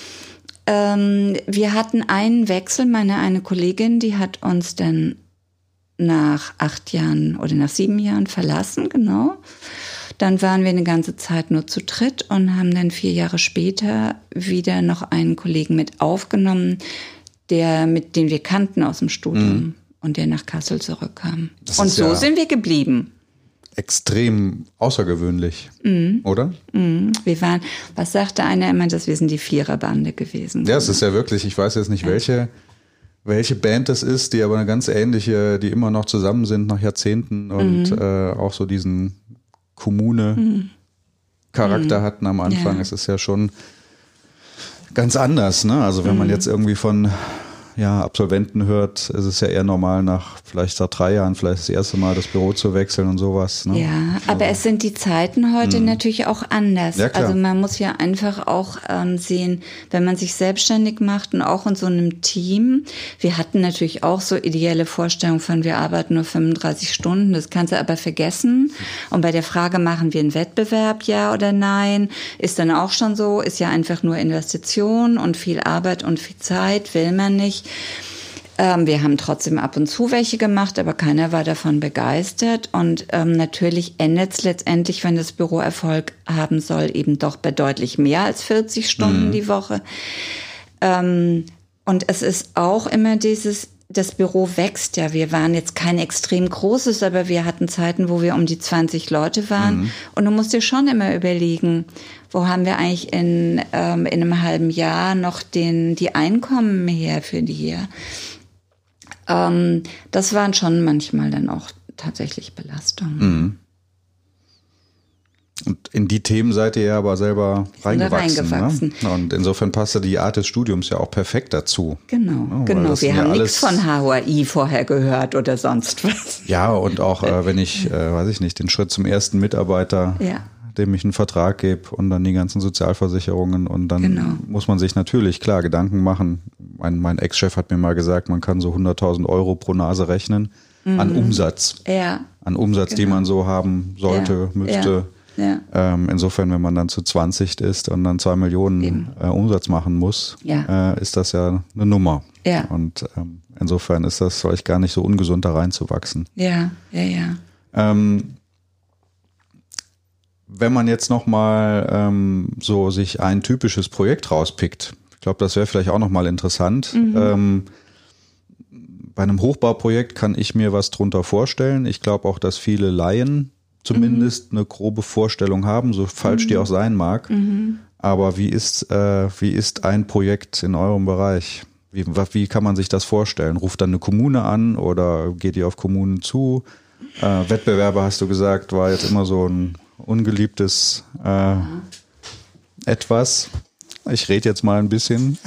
Ähm, wir hatten einen Wechsel. Meine eine Kollegin, die hat uns dann nach acht Jahren oder nach sieben Jahren verlassen, genau. Dann waren wir eine ganze Zeit nur zu dritt und haben dann vier Jahre später wieder noch einen Kollegen mit aufgenommen, der mit den wir kannten aus dem Studium mhm. und der nach Kassel zurückkam. Das und so ja sind wir geblieben. Extrem außergewöhnlich, mhm. oder? Mhm. Wir waren, was sagte einer immer, dass wir sind die Viererbande gewesen. Ja, es ist ja wirklich, ich weiß jetzt nicht, ja. welche, welche Band das ist, die aber eine ganz ähnliche, die immer noch zusammen sind nach Jahrzehnten und mhm. äh, auch so diesen Kommune-Charakter mhm. hatten am Anfang. Ja. Es ist ja schon ganz anders, ne? Also wenn mhm. man jetzt irgendwie von ja, Absolventen hört, ist es ja eher normal, nach vielleicht seit drei Jahren vielleicht das erste Mal das Büro zu wechseln und sowas. Ne? Ja, aber also. Es sind die Zeiten heute mhm. natürlich auch anders. Ja, klar. Also man muss ja einfach auch ähm, sehen, wenn man sich selbstständig macht und auch in so einem Team. Wir hatten natürlich auch so ideelle Vorstellungen von, wir arbeiten nur fünfunddreißig Stunden, das kannst du aber vergessen. Und bei der Frage, machen wir einen Wettbewerb, ja oder nein, ist dann auch schon so, ist ja einfach nur Investition und viel Arbeit und viel Zeit, will man nicht. Ähm, wir haben trotzdem ab und zu welche gemacht, aber keiner war davon begeistert. Und ähm, natürlich endet es letztendlich, wenn das Büro Erfolg haben soll, eben doch bei deutlich mehr als vierzig Stunden mhm. die Woche. Ähm, und es ist auch immer dieses, das Büro wächst ja. Wir waren jetzt kein extrem großes, aber wir hatten Zeiten, wo wir um die zwanzig Leute waren. Mhm. Und du musst dir schon immer überlegen, wo haben wir eigentlich in, ähm, in einem halben Jahr noch den, die Einkommen her für die hier? Ähm, das waren schon manchmal dann auch tatsächlich Belastungen. Mhm. Und in die Themen seid ihr ja aber selber reingewachsen. reingewachsen. Ne? Und insofern passte die Art des Studiums ja auch perfekt dazu. Genau, ja, genau. Wir haben ja nichts von H O R I vorher gehört oder sonst was. Ja, und auch, äh, wenn ich, äh, weiß ich nicht, den Schritt zum ersten Mitarbeiter, ja. dem ich einen Vertrag gebe und dann die ganzen Sozialversicherungen und dann genau. muss man sich natürlich, klar, Gedanken machen. Mein, mein Ex-Chef hat mir mal gesagt, man kann so hunderttausend Euro pro Nase rechnen mhm. an Umsatz. Ja. An Umsatz, genau. die man so haben sollte, ja. müsste. Ja. Ja. Ähm, insofern, wenn man dann zu zwanzig ist und dann zwei Millionen äh, Umsatz machen muss, ja. äh, ist das ja eine Nummer. Ja. Und ähm, insofern ist das vielleicht gar nicht so ungesund, da reinzuwachsen. Ja, ja, ja. Ähm, wenn man jetzt nochmal ähm, so sich ein typisches Projekt rauspickt, ich glaube, das wäre vielleicht auch nochmal interessant. Mhm. Ähm, bei einem Hochbauprojekt kann ich mir was drunter vorstellen. Ich glaube auch, dass viele Laien zumindest mhm. eine grobe Vorstellung haben, so falsch mhm. die auch sein mag. Mhm. Aber wie ist, äh, wie ist ein Projekt in eurem Bereich? Wie, wie kann man sich das vorstellen? Ruft dann eine Kommune an oder geht ihr auf Kommunen zu? Äh, Wettbewerbe, hast du gesagt, war jetzt immer so ein ungeliebtes äh, Etwas. Ich rede jetzt mal ein bisschen.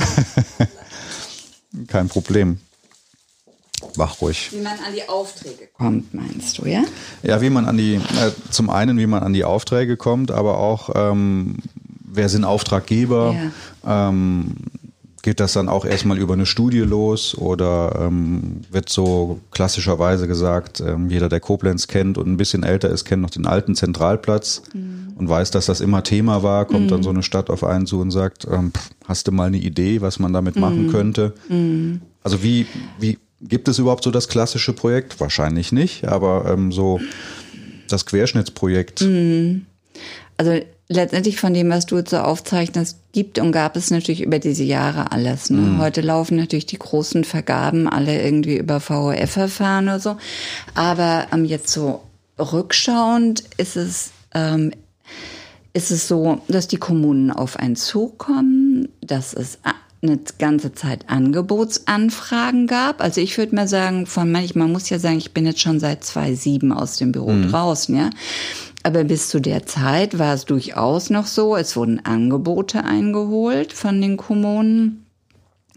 Kein Problem. Mach ruhig. Wie man an die Aufträge kommt, meinst du, ja? Ja, wie man an die, äh, zum einen, wie man an die Aufträge kommt, aber auch, ähm, wer sind Auftraggeber? Ja. Ähm, geht das dann auch erstmal über eine Studie los oder ähm, wird so klassischerweise gesagt, ähm, jeder, der Koblenz kennt und ein bisschen älter ist, kennt noch den alten Zentralplatz mhm. und weiß, dass das immer Thema war, kommt mhm. dann so eine Stadt auf einen zu und sagt, ähm, hast du mal eine Idee, was man damit mhm. machen könnte? Mhm. Also wie, wie gibt es überhaupt so das klassische Projekt? Wahrscheinlich nicht, aber ähm, so das Querschnittsprojekt. Mhm. Also letztendlich von dem, was du jetzt so aufzeichnest, gibt und gab es natürlich über diese Jahre alles. Ne? Mhm. Heute laufen natürlich die großen Vergaben alle irgendwie über V O F-Verfahren oder so. Aber ähm, jetzt so rückschauend ist es, ähm, ist es so, dass die Kommunen auf einen zukommen, dass es eine ganze Zeit Angebotsanfragen gab. Also ich würde mal sagen, von manchmal, man muss ja sagen, ich bin jetzt schon seit zweitausendsieben aus dem Büro mhm. draußen, ja. Aber bis zu der Zeit war es durchaus noch so, es wurden Angebote eingeholt von den Kommunen.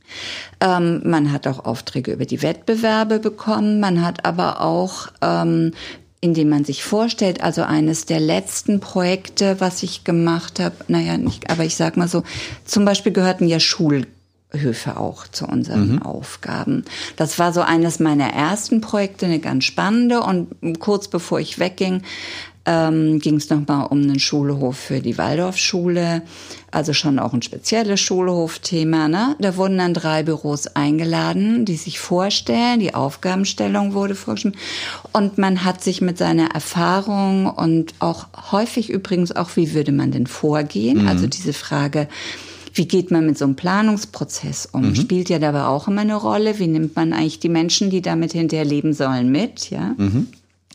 Ähm, man hat auch Aufträge über die Wettbewerbe bekommen. Man hat aber auch, ähm, indem man sich vorstellt, also eines der letzten Projekte, was ich gemacht habe, naja, nicht, aber ich sag mal so, zum Beispiel gehörten ja Schulhöfe auch zu unseren mhm. Aufgaben. Das war so eines meiner ersten Projekte, eine ganz spannende. Und kurz bevor ich wegging, ähm, ging es nochmal um einen Schulhof für die Waldorfschule. Also schon auch ein spezielles Schulhofthema, ne? Da wurden dann drei Büros eingeladen, die sich vorstellen. Die Aufgabenstellung wurde vorgeschrieben. Und man hat sich mit seiner Erfahrung und auch häufig übrigens auch, wie würde man denn vorgehen? Mhm. Also diese Frage, wie geht man mit so einem Planungsprozess um? Mhm. Spielt ja dabei auch immer eine Rolle. Wie nimmt man eigentlich die Menschen, die damit hinterher leben sollen, mit? Ja. Mhm.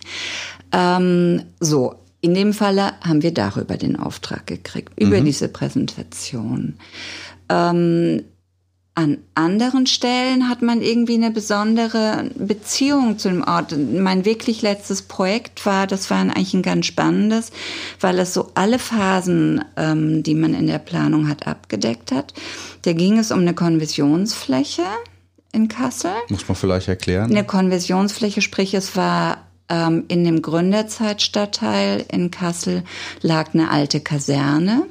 Ähm, so. In dem Falle haben wir darüber den Auftrag gekriegt, über mhm. diese Präsentation. Ähm, an anderen Stellen hat man irgendwie eine besondere Beziehung zu dem Ort. Mein wirklich letztes Projekt war, das war eigentlich ein ganz spannendes, weil es so alle Phasen, ähm, die man in der Planung hat, abgedeckt hat. Da ging es um eine Konversionsfläche in Kassel. Muss man vielleicht erklären? Eine Konversionsfläche, sprich es war in dem Gründerzeitstadtteil in Kassel lag eine alte Kaserne,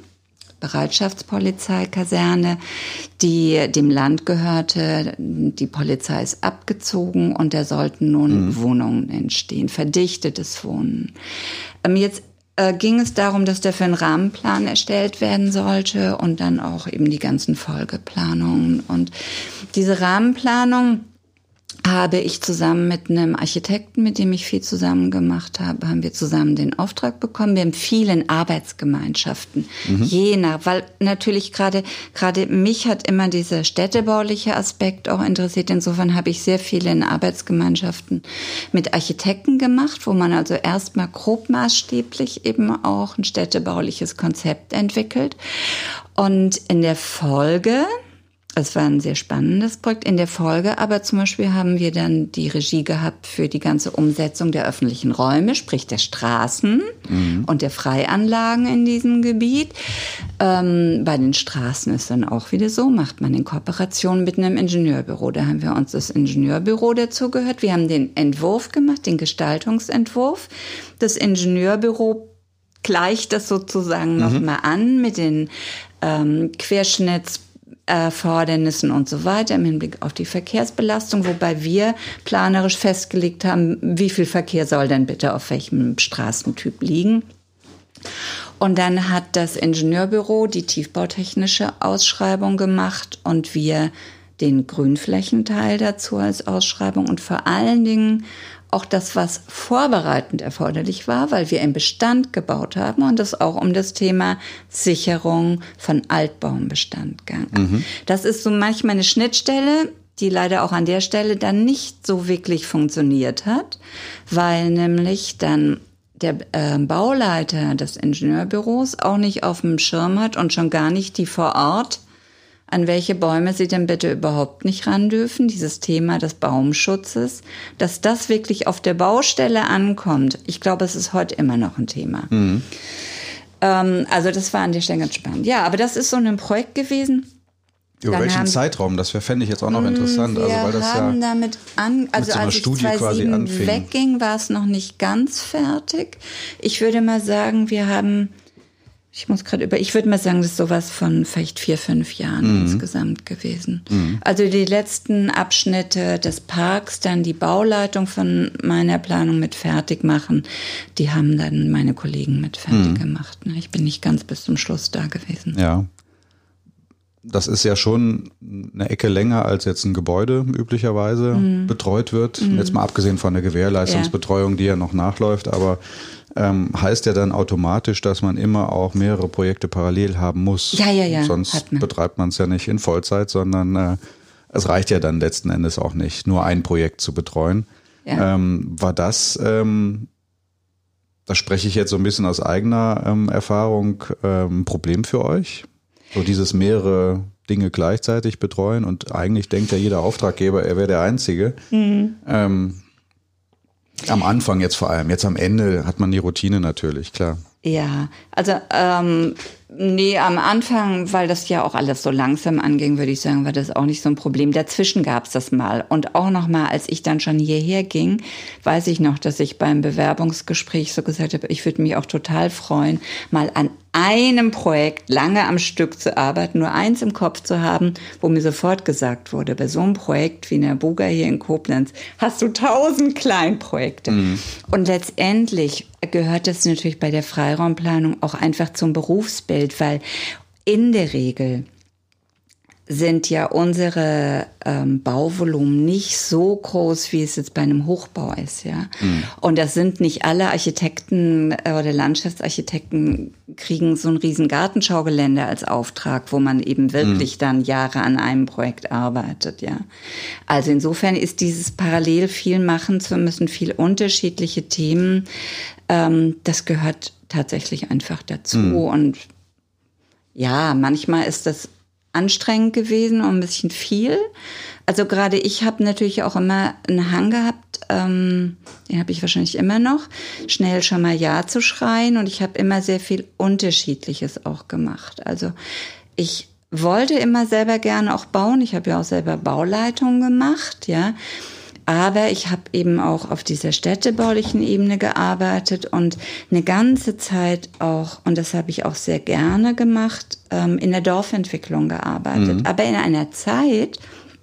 Bereitschaftspolizeikaserne, die dem Land gehörte. Die Polizei ist abgezogen und da sollten nun mhm. Wohnungen entstehen, verdichtetes Wohnen. Jetzt äh, ging es darum, dass dafür ein Rahmenplan erstellt werden sollte und dann auch eben die ganzen Folgeplanungen. Und diese Rahmenplanung habe ich zusammen mit einem Architekten, mit dem ich viel zusammen gemacht habe, haben wir zusammen den Auftrag bekommen. Wir haben vielen Arbeitsgemeinschaften, mhm. je nach, weil natürlich gerade gerade mich hat immer dieser städtebauliche Aspekt auch interessiert. Insofern habe ich sehr viele in Arbeitsgemeinschaften mit Architekten gemacht, wo man also erstmal grobmaßstäblich eben auch ein städtebauliches Konzept entwickelt. Und in der Folge, es war ein sehr spannendes Projekt. In der Folge aber zum Beispiel haben wir dann die Regie gehabt für die ganze Umsetzung der öffentlichen Räume, sprich der Straßen mhm. und der Freianlagen in diesem Gebiet. Ähm, bei den Straßen ist dann auch wieder so, macht man in Kooperation mit einem Ingenieurbüro. Da haben wir uns das Ingenieurbüro dazu gehört. Wir haben den Entwurf gemacht, den Gestaltungsentwurf. Das Ingenieurbüro gleicht das sozusagen mhm. nochmal an mit den ähm, Querschnitts Erfordernissen und so weiter im Hinblick auf die Verkehrsbelastung, wobei wir planerisch festgelegt haben, wie viel Verkehr soll denn bitte auf welchem Straßentyp liegen. Und dann hat das Ingenieurbüro die tiefbautechnische Ausschreibung gemacht und wir den Grünflächenteil dazu als Ausschreibung und vor allen Dingen auch das, was vorbereitend erforderlich war, weil wir im Bestand gebaut haben und es auch um das Thema Sicherung von Altbaumbestand ging. Mhm. Das ist so manchmal eine Schnittstelle, die leider auch an der Stelle dann nicht so wirklich funktioniert hat, weil nämlich dann der äh, Bauleiter des Ingenieurbüros auch nicht auf dem Schirm hat und schon gar nicht die vor Ort, an welche Bäume sie denn bitte überhaupt nicht ran dürfen, dieses Thema des Baumschutzes, dass das wirklich auf der Baustelle ankommt. Ich glaube, es ist heute immer noch ein Thema. Mhm. Ähm, also das war an der Stelle ganz spannend. Ja, aber das ist so ein Projekt gewesen. Über Dann welchen haben, Zeitraum? Das fände ich jetzt auch noch interessant. Wir also, weil das haben ja damit an, also so als ich Studie quasi anfing. wegging, war es noch nicht ganz fertig. Ich würde mal sagen, wir haben Ich muss gerade über, ich würde mal sagen, das ist sowas von vielleicht vier, fünf Jahren mhm. insgesamt gewesen. Mhm. Also die letzten Abschnitte des Parks, dann die Bauleitung von meiner Planung mit fertig machen, die haben dann meine Kollegen mit fertig mhm. gemacht. Ich bin nicht ganz bis zum Schluss da gewesen. Ja. Das ist ja schon eine Ecke länger, als jetzt ein Gebäude üblicherweise mhm. betreut wird. Mhm. Jetzt mal abgesehen von der Gewährleistungsbetreuung, ja. die ja noch nachläuft, aber Ähm, heißt ja dann automatisch, dass man immer auch mehrere Projekte parallel haben muss. Ja, ja, ja. Sonst man. betreibt man es ja nicht in Vollzeit, sondern äh, es reicht ja dann letzten Endes auch nicht, nur ein Projekt zu betreuen. Ja. Ähm, war das, ähm, da spreche ich jetzt so ein bisschen aus eigener ähm, Erfahrung, ähm, ein Problem für euch? So dieses mehrere Dinge gleichzeitig betreuen und eigentlich denkt ja jeder Auftraggeber, er wäre der Einzige. Mhm. Ähm, Am Anfang jetzt vor allem. Jetzt am Ende hat man die Routine natürlich, klar. Ja, also ähm, nee, am Anfang, weil das ja auch alles so langsam anging, würde ich sagen, war das auch nicht so ein Problem. Dazwischen gab es das mal. Und auch noch mal, als ich dann schon hierher ging, weiß ich noch, dass ich beim Bewerbungsgespräch so gesagt habe, ich würde mich auch total freuen, mal an einem Projekt lange am Stück zu arbeiten, nur eins im Kopf zu haben, wo mir sofort gesagt wurde, bei so einem Projekt wie Nabuga hier in Koblenz hast du tausend Kleinprojekte. Mhm. Und letztendlich gehört das natürlich bei der Freiraumplanung auch einfach zum Berufsbild, weil in der Regel sind ja unsere ähm, Bauvolumen nicht so groß, wie es jetzt bei einem Hochbau ist, ja. Mhm. Und das sind nicht alle Architekten oder Landschaftsarchitekten kriegen so ein riesen Gartenschaugelände als Auftrag, wo man eben wirklich mhm. dann Jahre an einem Projekt arbeitet, ja. Also insofern ist dieses parallel viel machen zu müssen, viel unterschiedliche Themen, ähm, das gehört tatsächlich einfach dazu. Mhm. Und ja, manchmal ist das anstrengend gewesen und ein bisschen viel. Also gerade ich habe natürlich auch immer einen Hang gehabt, ähm, den habe ich wahrscheinlich immer noch, schnell schon mal Ja zu schreien. Und ich habe immer sehr viel Unterschiedliches auch gemacht. Also ich wollte immer selber gerne auch bauen. Ich habe ja auch selber Bauleitungen gemacht, ja. Aber ich habe eben auch auf dieser städtebaulichen Ebene gearbeitet und eine ganze Zeit auch, und das habe ich auch sehr gerne gemacht, in der Dorfentwicklung gearbeitet. Mhm. Aber in einer Zeit,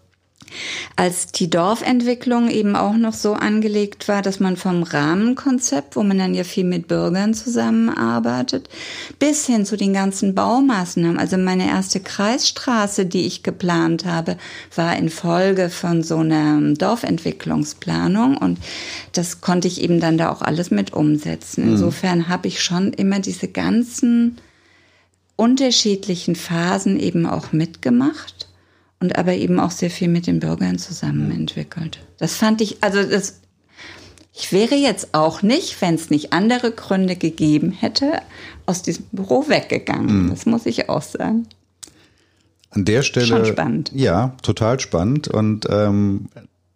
als die Dorfentwicklung eben auch noch so angelegt war, dass man vom Rahmenkonzept, wo man dann ja viel mit Bürgern zusammenarbeitet, bis hin zu den ganzen Baumaßnahmen. Also meine erste Kreisstraße, die ich geplant habe, war in Folge von so einer Dorfentwicklungsplanung und das konnte ich eben dann da auch alles mit umsetzen. Insofern habe ich schon immer diese ganzen unterschiedlichen Phasen eben auch mitgemacht. Und aber eben auch sehr viel mit den Bürgern zusammen entwickelt. Das fand ich, also das, ich wäre jetzt auch nicht, wenn es nicht andere Gründe gegeben hätte, aus diesem Büro weggegangen. Mhm. Das muss ich auch sagen. An der Stelle. Schon spannend. Ja, total spannend. Und ähm,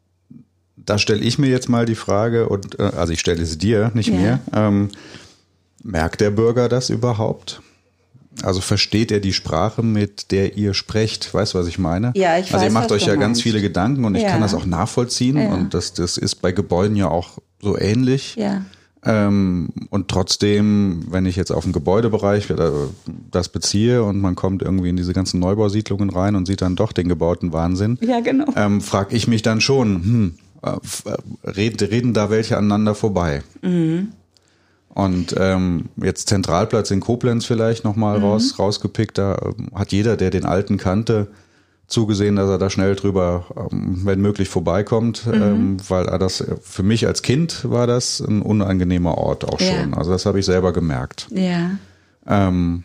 da stelle ich mir jetzt mal die Frage, und äh, also ich stelle sie dir, nicht ja. mir. Ähm, merkt der Bürger das überhaupt? Also versteht er die Sprache, mit der ihr sprecht? Weißt du, was ich meine? Ja, ich weiß, also ihr macht was euch du ja meinst. Ganz viele Gedanken und ich ja. kann das auch nachvollziehen. Ja. Und das, das ist bei Gebäuden ja auch so ähnlich. Ja. Ähm, und trotzdem, wenn ich jetzt auf den Gebäudebereich das beziehe und man kommt irgendwie in diese ganzen Neubausiedlungen rein und sieht dann doch den gebauten Wahnsinn, ja, genau. ähm, frage ich mich dann schon, hm, äh, reden, reden da welche aneinander vorbei? Mhm. Und ähm, jetzt Zentralplatz in Koblenz vielleicht nochmal mhm. raus, rausgepickt. Da ähm, hat jeder, der den alten kannte, zugesehen, dass er da schnell drüber, ähm, wenn möglich, vorbeikommt. Mhm. Ähm, weil er das, für mich als Kind war das ein unangenehmer Ort auch ja. schon. Also das habe ich selber gemerkt. Ja. Ähm,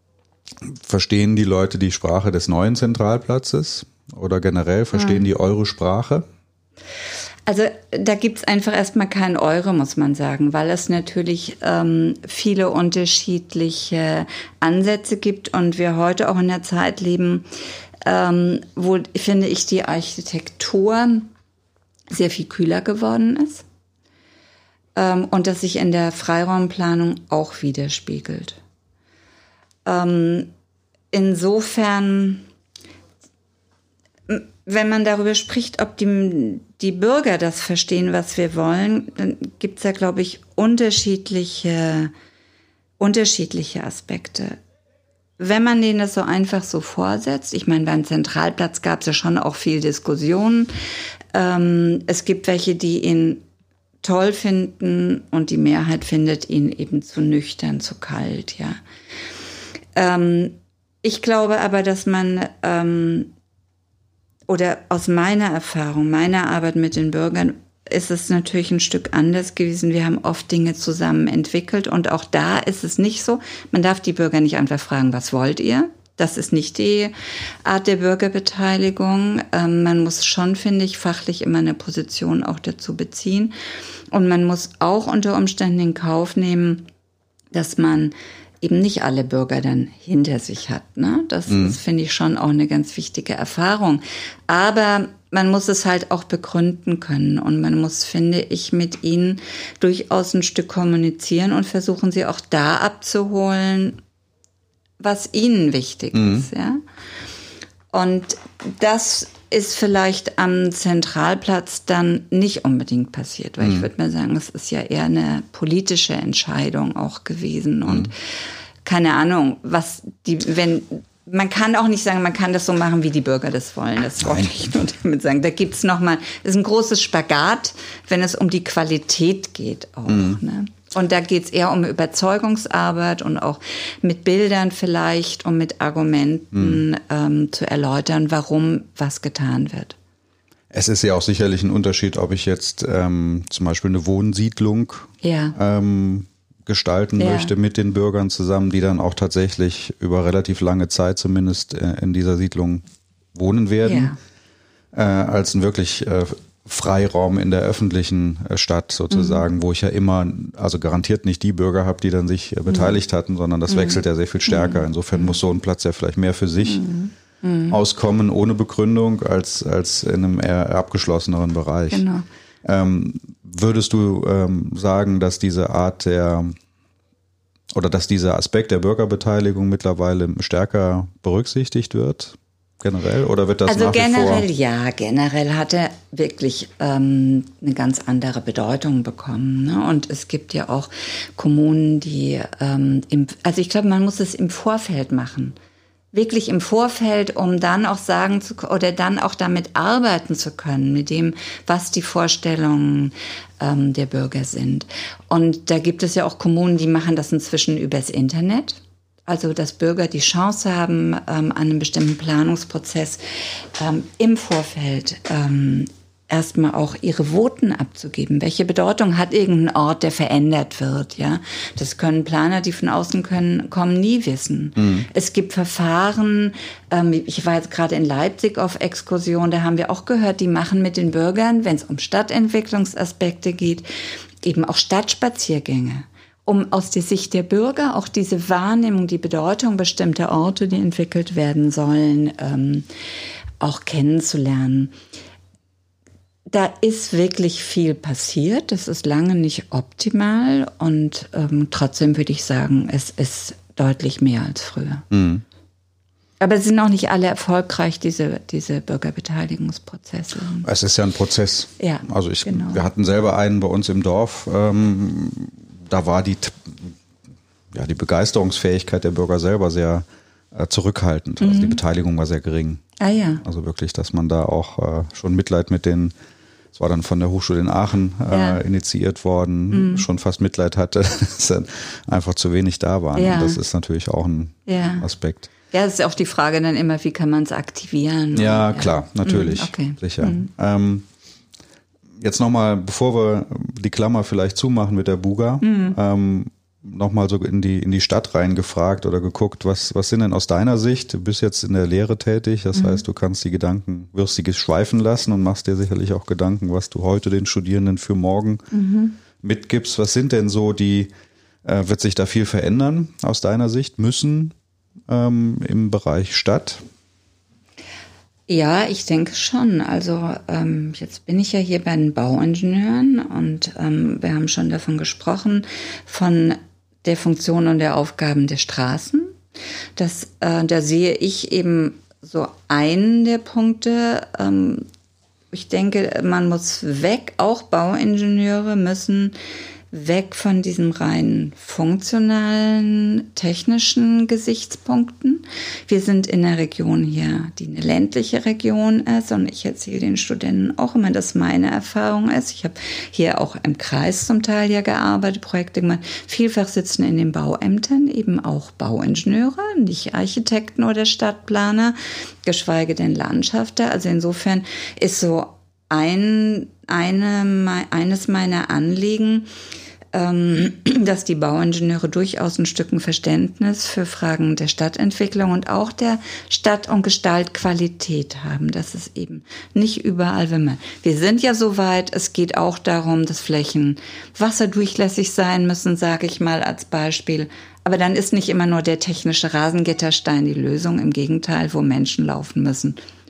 verstehen die Leute die Sprache des neuen Zentralplatzes? Oder generell, verstehen mhm. die eure Sprache? Also da gibt's einfach erstmal kein Euro, muss man sagen, weil es natürlich ähm, viele unterschiedliche Ansätze gibt und wir heute auch in der Zeit leben, ähm, wo, finde ich, die Architektur sehr viel kühler geworden ist ähm, und das sich in der Freiraumplanung auch widerspiegelt. Ähm, insofern, wenn man darüber spricht, ob die, die Bürger das verstehen, was wir wollen, dann gibt es ja, glaube ich, unterschiedliche, unterschiedliche Aspekte. Wenn man denen das so einfach so vorsetzt, ich meine, beim Zentralplatz gab es ja schon auch viel Diskussionen. Ähm, es gibt welche, die ihn toll finden und die Mehrheit findet ihn eben zu nüchtern, zu kalt, ja. Ähm, ich glaube aber, dass man ähm, oder aus meiner Erfahrung, meiner Arbeit mit den Bürgern, ist es natürlich ein Stück anders gewesen. Wir haben oft Dinge zusammen entwickelt und auch da ist es nicht so. Man darf die Bürger nicht einfach fragen, was wollt ihr? Das ist nicht die Art der Bürgerbeteiligung. Ähm, man muss schon, finde ich, fachlich immer eine Position auch dazu beziehen. Und man muss auch unter Umständen in Kauf nehmen, dass man eben nicht alle Bürger dann hinter sich hat. Ne? Das mhm. ist, finde ich, schon auch eine ganz wichtige Erfahrung. Aber man muss es halt auch begründen können und man muss, finde ich, mit ihnen durchaus ein Stück kommunizieren und versuchen, sie auch da abzuholen, was ihnen wichtig mhm. ist, ja. Und das ist vielleicht am Zentralplatz dann nicht unbedingt passiert, weil mhm. ich würde mal sagen, es ist ja eher eine politische Entscheidung auch gewesen und mhm. keine Ahnung, was die, wenn man kann auch nicht sagen, man kann das so machen, wie die Bürger das wollen. Das wollte ich nur damit sagen. Da gibt's noch mal, das ist ein großes Spagat, wenn es um die Qualität geht auch. Mhm. Ne? Und da geht's eher um Überzeugungsarbeit und auch mit Bildern vielleicht, um mit Argumenten mhm. ähm, zu erläutern, warum was getan wird. Es ist ja auch sicherlich ein Unterschied, ob ich jetzt ähm, zum Beispiel eine Wohnsiedlung ja. ähm, gestalten ja. möchte mit den Bürgern zusammen, die dann auch tatsächlich über relativ lange Zeit zumindest äh, in dieser Siedlung wohnen werden, ja. äh, als ein wirklich äh, Freiraum in der öffentlichen äh, Stadt sozusagen, mhm. wo ich ja immer, also garantiert nicht die Bürger habe, die dann sich äh, beteiligt mhm. hatten, sondern das mhm. wechselt ja sehr viel stärker. Insofern mhm. muss so ein Platz ja vielleicht mehr für sich mhm. auskommen, ohne Begründung, als, als in einem eher abgeschlosseneren Bereich. Genau. Ähm, würdest du ähm, sagen, dass diese Art der oder dass dieser Aspekt der Bürgerbeteiligung mittlerweile stärker berücksichtigt wird, generell? Oder wird das also nach wie generell vor? Ja, generell hat er wirklich ähm, eine ganz andere Bedeutung bekommen. Ne? Und es gibt ja auch Kommunen, die, ähm, im, also ich glaube, man muss es im Vorfeld machen. Wirklich im Vorfeld, um dann auch sagen zu oder dann auch damit arbeiten zu können, mit dem, was die Vorstellungen ähm, der Bürger sind. Und da gibt es ja auch Kommunen, die machen das inzwischen übers Internet. Also, dass Bürger die Chance haben, ähm, an einem bestimmten Planungsprozess ähm, im Vorfeld ähm, erstmal auch ihre Voten abzugeben. Welche Bedeutung hat irgendein Ort, der verändert wird? Ja, das können Planer, die von außen können, kommen, nie wissen. Mhm. Es gibt Verfahren. Ähm, ich war jetzt gerade in Leipzig auf Exkursion. Da haben wir auch gehört, die machen mit den Bürgern, wenn es um Stadtentwicklungsaspekte geht, eben auch Stadtspaziergänge, um aus der Sicht der Bürger auch diese Wahrnehmung, die Bedeutung bestimmter Orte, die entwickelt werden sollen, ähm, auch kennenzulernen. Da ist wirklich viel passiert. Das ist lange nicht optimal und ähm, trotzdem würde ich sagen, es ist deutlich mehr als früher. Mhm. Aber es sind auch nicht alle erfolgreich, diese, diese Bürgerbeteiligungsprozesse. Es ist ja ein Prozess. Ja, also ich, genau. Wir hatten selber einen bei uns im Dorf. Ähm, da war die, ja, die Begeisterungsfähigkeit der Bürger selber sehr äh, zurückhaltend. Mhm. Also die Beteiligung war sehr gering. Ah ja. Also wirklich, dass man da auch äh, schon Mitleid mit den, das war dann von der Hochschule in Aachen äh, ja. initiiert worden, mhm. schon fast Mitleid hatte, dass dann einfach zu wenig da waren. Ja. Und das ist natürlich auch ein ja. Aspekt. Ja, es ist auch die Frage dann immer, wie kann man es aktivieren? Ja, und, ja. klar, natürlich, okay. sicher. Mhm. Ähm, jetzt nochmal, bevor wir die Klammer vielleicht zumachen mit der Buga, mhm. ähm, nochmal so in die, in die Stadt reingefragt oder geguckt, was, was sind denn aus deiner Sicht, du bist jetzt in der Lehre tätig, das mhm. heißt, du kannst die Gedanken, wirst sie schweifen lassen und machst dir sicherlich auch Gedanken, was du heute den Studierenden für morgen mhm. mitgibst. Was sind denn so die, äh, wird sich da viel verändern aus deiner Sicht, müssen ähm, im Bereich Stadt? Ja, ich denke schon. Also ähm, jetzt bin ich ja hier bei den Bauingenieuren und ähm, wir haben schon davon gesprochen, von der Funktion und der Aufgaben der Straßen. Das, äh, da sehe ich eben so einen der Punkte. Ähm, ich denke, man muss weg, auch Bauingenieure müssen weg von diesen rein funktionalen, technischen Gesichtspunkten. Wir sind in einer Region hier, die eine ländliche Region ist und ich erzähle den Studenten auch immer, dass meine Erfahrung ist. Ich habe hier auch im Kreis zum Teil ja gearbeitet, Projekte gemacht. Vielfach sitzen in den Bauämtern eben auch Bauingenieure, nicht Architekten oder Stadtplaner, geschweige denn Landschafter. Also insofern ist so ein, eine, eines meiner Anliegen, ähm, dass die Bauingenieure durchaus ein Stück ein Verständnis für Fragen der Stadtentwicklung und auch der Stadt- und Gestaltqualität haben. Das ist eben nicht überall, wenn man, wir sind ja so weit, es geht auch darum, dass Flächen wasserdurchlässig sein müssen, sage ich mal als Beispiel. Aber dann ist nicht immer nur der technische Rasengitterstein die Lösung, im Gegenteil, wo Menschen laufen müssen,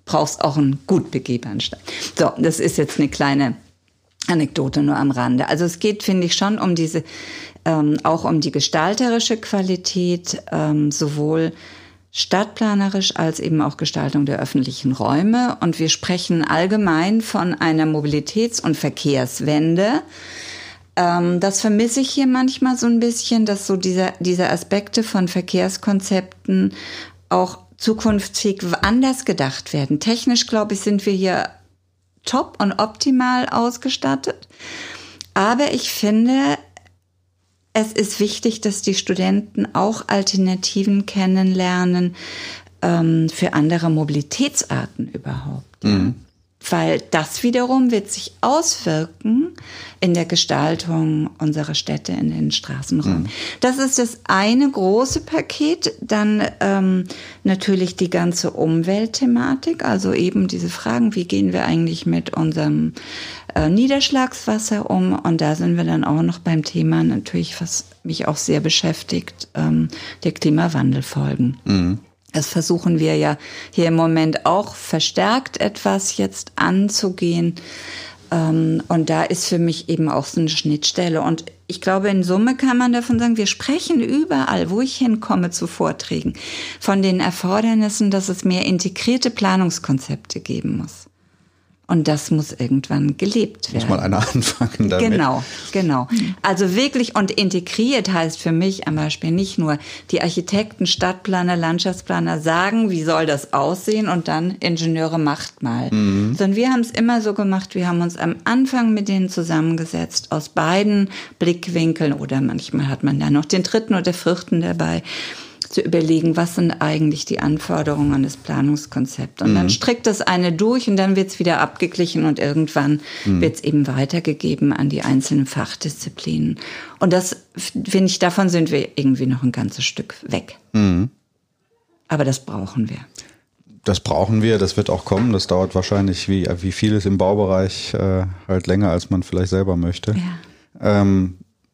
brauchst auch einen gut begehbaren Stall. So, das ist jetzt eine kleine Anekdote nur am Rande. Also es geht, finde ich, schon um diese, ähm, auch um die gestalterische Qualität, ähm, sowohl stadtplanerisch als eben auch Gestaltung der öffentlichen Räume. Und wir sprechen allgemein von einer Mobilitäts- und Verkehrswende. Ähm, das vermisse ich hier manchmal so ein bisschen, dass so diese, diese Aspekte von Verkehrskonzepten auch zukünftig anders gedacht werden. Technisch, glaube ich, sind wir hier top und optimal ausgestattet. Aber ich finde, es ist wichtig, dass die Studenten auch Alternativen kennenlernen ähm, für andere Mobilitätsarten überhaupt. Mhm. Weil das wiederum wird sich auswirken in der Gestaltung unserer Städte in den Straßenräumen. Mhm. Das ist das eine große Paket. Dann ähm, natürlich die ganze Umweltthematik, also eben diese Fragen, wie gehen wir eigentlich mit unserem äh, Niederschlagswasser um? Und da sind wir dann auch noch beim Thema natürlich, was mich auch sehr beschäftigt, ähm, der Klimawandelfolgen. Mhm. Das versuchen wir ja hier im Moment auch verstärkt etwas jetzt anzugehen. Und da ist für mich eben auch so eine Schnittstelle. Und ich glaube, in Summe kann man davon sagen, wir sprechen überall, wo ich hinkomme zu Vorträgen, von den Erfordernissen, dass es mehr integrierte Planungskonzepte geben muss. Und das muss irgendwann gelebt werden. Muss mal einer anfangen damit. Genau, genau. Also wirklich, und integriert heißt für mich am Beispiel nicht nur, die Architekten, Stadtplaner, Landschaftsplaner sagen, wie soll das aussehen, und dann Ingenieure macht mal. Mhm. Sondern wir haben es immer so gemacht, wir haben uns am Anfang mit denen zusammengesetzt, aus beiden Blickwinkeln, oder manchmal hat man da noch den dritten oder vierten dabei, zu überlegen, was sind eigentlich die Anforderungen an das Planungskonzept. Und mhm. dann strickt das eine durch und dann wird es wieder abgeglichen und irgendwann mhm. wird es eben weitergegeben an die einzelnen Fachdisziplinen. Und das, finde ich, davon sind wir irgendwie noch ein ganzes Stück weg. Mhm. Aber das brauchen wir. Das brauchen wir, das wird auch kommen. Das dauert wahrscheinlich, wie, wie vieles im Baubereich, äh, halt länger, als man vielleicht selber möchte. Ja. Ähm,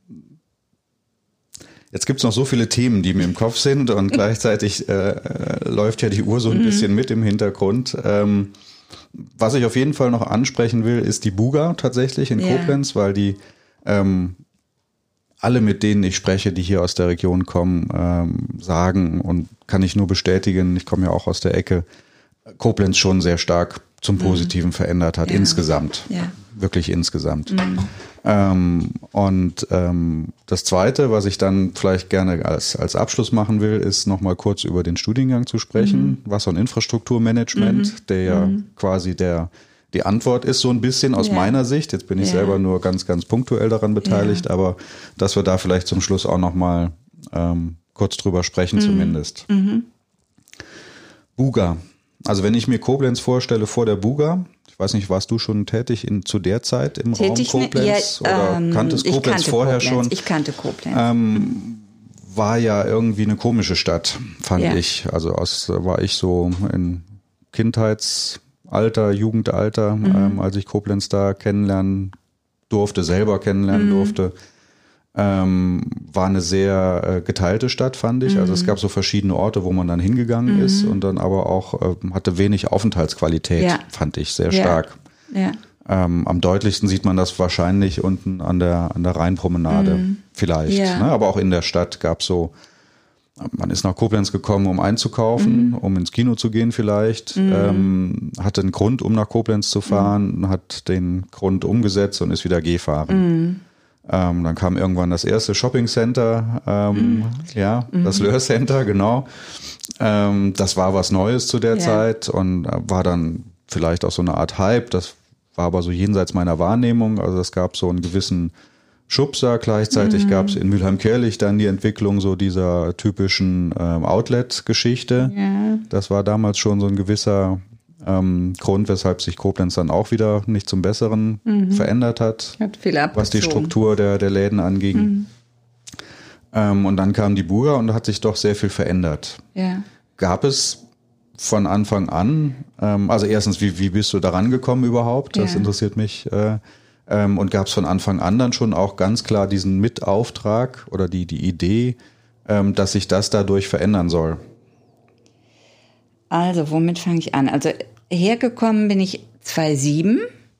Jetzt gibt's noch so viele Themen, die mir im Kopf sind, und gleichzeitig äh, läuft ja die Uhr so ein mhm. bisschen mit im Hintergrund. Ähm, was ich auf jeden Fall noch ansprechen will, ist die Buga tatsächlich in yeah. Koblenz, weil die ähm, alle, mit denen ich spreche, die hier aus der Region kommen, ähm, sagen, und kann ich nur bestätigen, ich komme ja auch aus der Ecke, Koblenz schon sehr stark zum Positiven mhm. verändert hat, ja. insgesamt. Ja. Wirklich insgesamt. Mhm. Ähm, und ähm, das Zweite, was ich dann vielleicht gerne als, als Abschluss machen will, ist nochmal kurz über den Studiengang zu sprechen, mhm. Wasser- und Infrastrukturmanagement, mhm. der ja mhm. quasi der die Antwort ist, so ein bisschen aus ja. meiner Sicht. Jetzt bin ich ja. selber nur ganz, ganz punktuell daran beteiligt, ja. aber dass wir da vielleicht zum Schluss auch nochmal ähm, kurz drüber sprechen mhm. zumindest. Mhm. Buga. Also wenn ich mir Koblenz vorstelle vor der Buga, ich weiß nicht, warst du schon tätig in, zu der Zeit im tätig Raum Koblenz? Ja, oder ähm, kanntest Koblenz kannte vorher Koblenz. schon? Ich kannte Koblenz. Ähm, war ja irgendwie eine komische Stadt, fand ja. ich. Also aus war ich so in Kindheitsalter, Jugendalter, mhm. ähm, als ich Koblenz da kennenlernen durfte, selber kennenlernen mhm. durfte. Ähm, war eine sehr äh, geteilte Stadt, fand ich. Mhm. Also es gab so verschiedene Orte, wo man dann hingegangen mhm. ist, und dann aber auch äh, hatte wenig Aufenthaltsqualität, ja. fand ich sehr ja. stark. Ja. Ähm, am deutlichsten sieht man das wahrscheinlich unten an der an der Rheinpromenade mhm. vielleicht. Ja. Ne? Aber auch in der Stadt gab es so, man ist nach Koblenz gekommen, um einzukaufen, mhm. um ins Kino zu gehen vielleicht, mhm. ähm, hatte einen Grund, um nach Koblenz zu fahren, mhm. hat den Grund umgesetzt und ist wieder gefahren. Mhm. Ähm, dann kam irgendwann das erste Shopping Center, ähm, mhm. ja, mhm. das Löhr Center, genau. Ähm, das war was Neues zu der ja. Zeit und war dann vielleicht auch so eine Art Hype. Das war aber so jenseits meiner Wahrnehmung. Also es gab so einen gewissen Schubser. Gleichzeitig mhm. gab es in Mülheim-Kärlich dann die Entwicklung so dieser typischen ähm, Outlet-Geschichte. Ja. Das war damals schon so ein gewisser Ähm, Grund, weshalb sich Koblenz dann auch wieder nicht zum Besseren mhm. verändert hat, hat viel was die Struktur der, der Läden anging. Mhm. Ähm, und dann kam die Buga und da hat sich doch sehr viel verändert. Ja. Gab es von Anfang an, ähm, also erstens, wie, wie bist du da rangekommen überhaupt? Das ja. interessiert mich. Äh, ähm, und gab es von Anfang an dann schon auch ganz klar diesen Mitauftrag oder die, die Idee, ähm, dass sich das dadurch verändern soll? Also, womit fange ich an? Also hergekommen bin ich zweitausendsieben.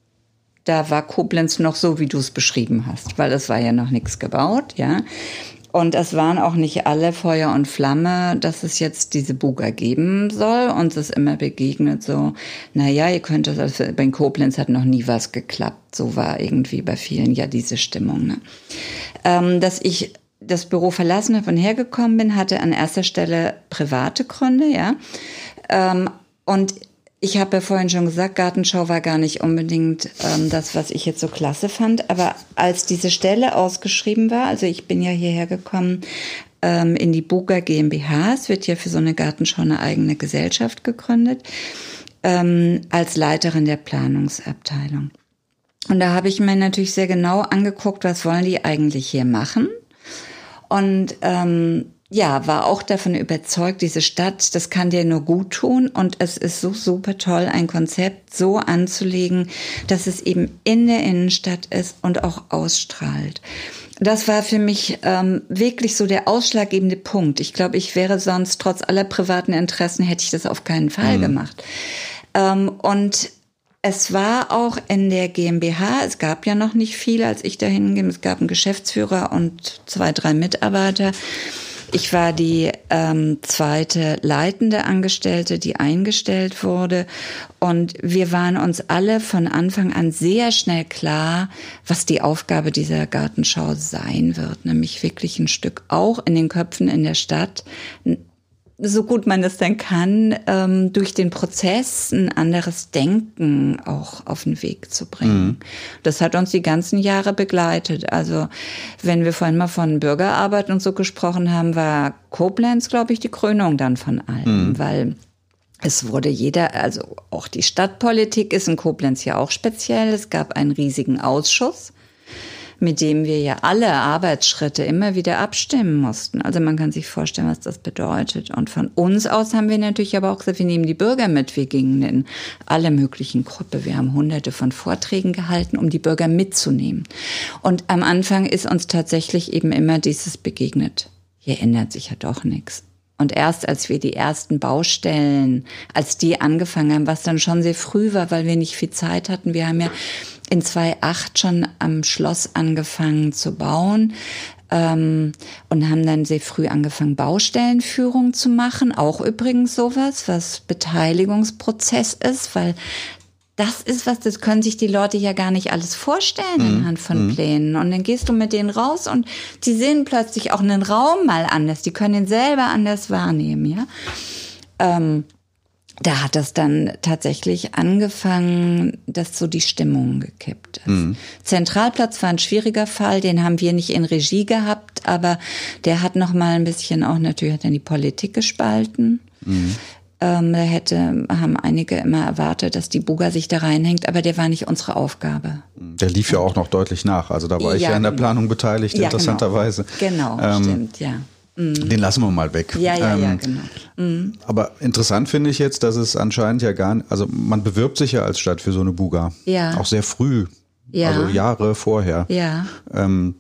Da war Koblenz noch so, wie du es beschrieben hast, weil es war ja noch nichts gebaut, ja. Und es waren auch nicht alle Feuer und Flamme, dass es jetzt diese Buga geben soll. Uns ist immer begegnet so, naja, ihr könnt das, also bei Koblenz hat noch nie was geklappt. So war irgendwie bei vielen ja diese Stimmung. Ne? Ähm, dass ich das Büro verlassen habe und hergekommen bin, hatte an erster Stelle private Gründe, ja. Ähm, und ich habe ja vorhin schon gesagt, Gartenschau war gar nicht unbedingt ähm, das, was ich jetzt so klasse fand. Aber als diese Stelle ausgeschrieben war, also ich bin ja hierher gekommen ähm, in die Buga GmbH, es wird ja für so eine Gartenschau eine eigene Gesellschaft gegründet, ähm, als Leiterin der Planungsabteilung. Und da habe ich mir natürlich sehr genau angeguckt, was wollen die eigentlich hier machen. Und ähm, ja, war auch davon überzeugt, diese Stadt, das kann dir nur gut tun und es ist so super toll, ein Konzept so anzulegen, dass es eben in der Innenstadt ist und auch ausstrahlt. Das war für mich ähm, wirklich so der ausschlaggebende Punkt. Ich glaube, ich wäre sonst trotz aller privaten Interessen, hätte ich das auf keinen Fall mhm. gemacht. Ähm, und es war auch in der GmbH, es gab ja noch nicht viel, als ich da hinging, es gab einen Geschäftsführer und zwei, drei Mitarbeiter. Ich war die ähm, zweite leitende Angestellte, die eingestellt wurde. Und wir waren uns alle von Anfang an sehr schnell klar, was die Aufgabe dieser Gartenschau sein wird. Nämlich wirklich ein Stück auch in den Köpfen in der Stadt, so gut man es denn kann, ähm, durch den Prozess ein anderes Denken auch auf den Weg zu bringen. Mhm. Das hat uns die ganzen Jahre begleitet. Also wenn wir vorhin mal von Bürgerarbeit und so gesprochen haben, war Koblenz, glaube ich, die Krönung dann von allem, mhm. weil es wurde jeder, also auch die Stadtpolitik ist in Koblenz ja auch speziell. Es gab einen riesigen Ausschuss, mit dem wir ja alle Arbeitsschritte immer wieder abstimmen mussten. Also man kann sich vorstellen, was das bedeutet. Und von uns aus haben wir natürlich aber auch gesagt, wir nehmen die Bürger mit. Wir gingen in alle möglichen Gruppen. Wir haben hunderte von Vorträgen gehalten, um die Bürger mitzunehmen. Und am Anfang ist uns tatsächlich eben immer dieses begegnet. Hier ändert sich ja doch nichts. Und erst als wir die ersten Baustellen, als die angefangen haben, was dann schon sehr früh war, weil wir nicht viel Zeit hatten, wir haben ja in zweitausendacht schon am Schloss angefangen zu bauen ähm, und haben dann sehr früh angefangen, Baustellenführung zu machen. Auch übrigens sowas, was Beteiligungsprozess ist, weil das ist was, das können sich die Leute ja gar nicht alles vorstellen mhm. anhand von mhm. Plänen. Und dann gehst du mit denen raus und die sehen plötzlich auch einen Raum mal anders. Die können ihn selber anders wahrnehmen, ja. Ähm, Da hat das dann tatsächlich angefangen, dass so die Stimmung gekippt ist. Mhm. Zentralplatz war ein schwieriger Fall, den haben wir nicht in Regie gehabt, aber der hat noch mal ein bisschen auch natürlich hat dann die Politik gespalten. Mhm. Ähm, da hätte, haben einige immer erwartet, dass die Buga sich da reinhängt, aber der war nicht unsere Aufgabe. Der lief ja auch noch deutlich nach, also da war ja, ich ja in der Planung beteiligt, ja, interessanterweise. Genau, genau ähm, stimmt, ja. Den lassen wir mal weg. Ja, ja, ähm, ja, genau. Mhm. Aber interessant finde ich jetzt, dass es anscheinend ja gar nicht, also man bewirbt sich ja als Stadt für so eine Buga. Ja. Auch sehr früh. Ja. Also Jahre vorher. Ja. Ähm,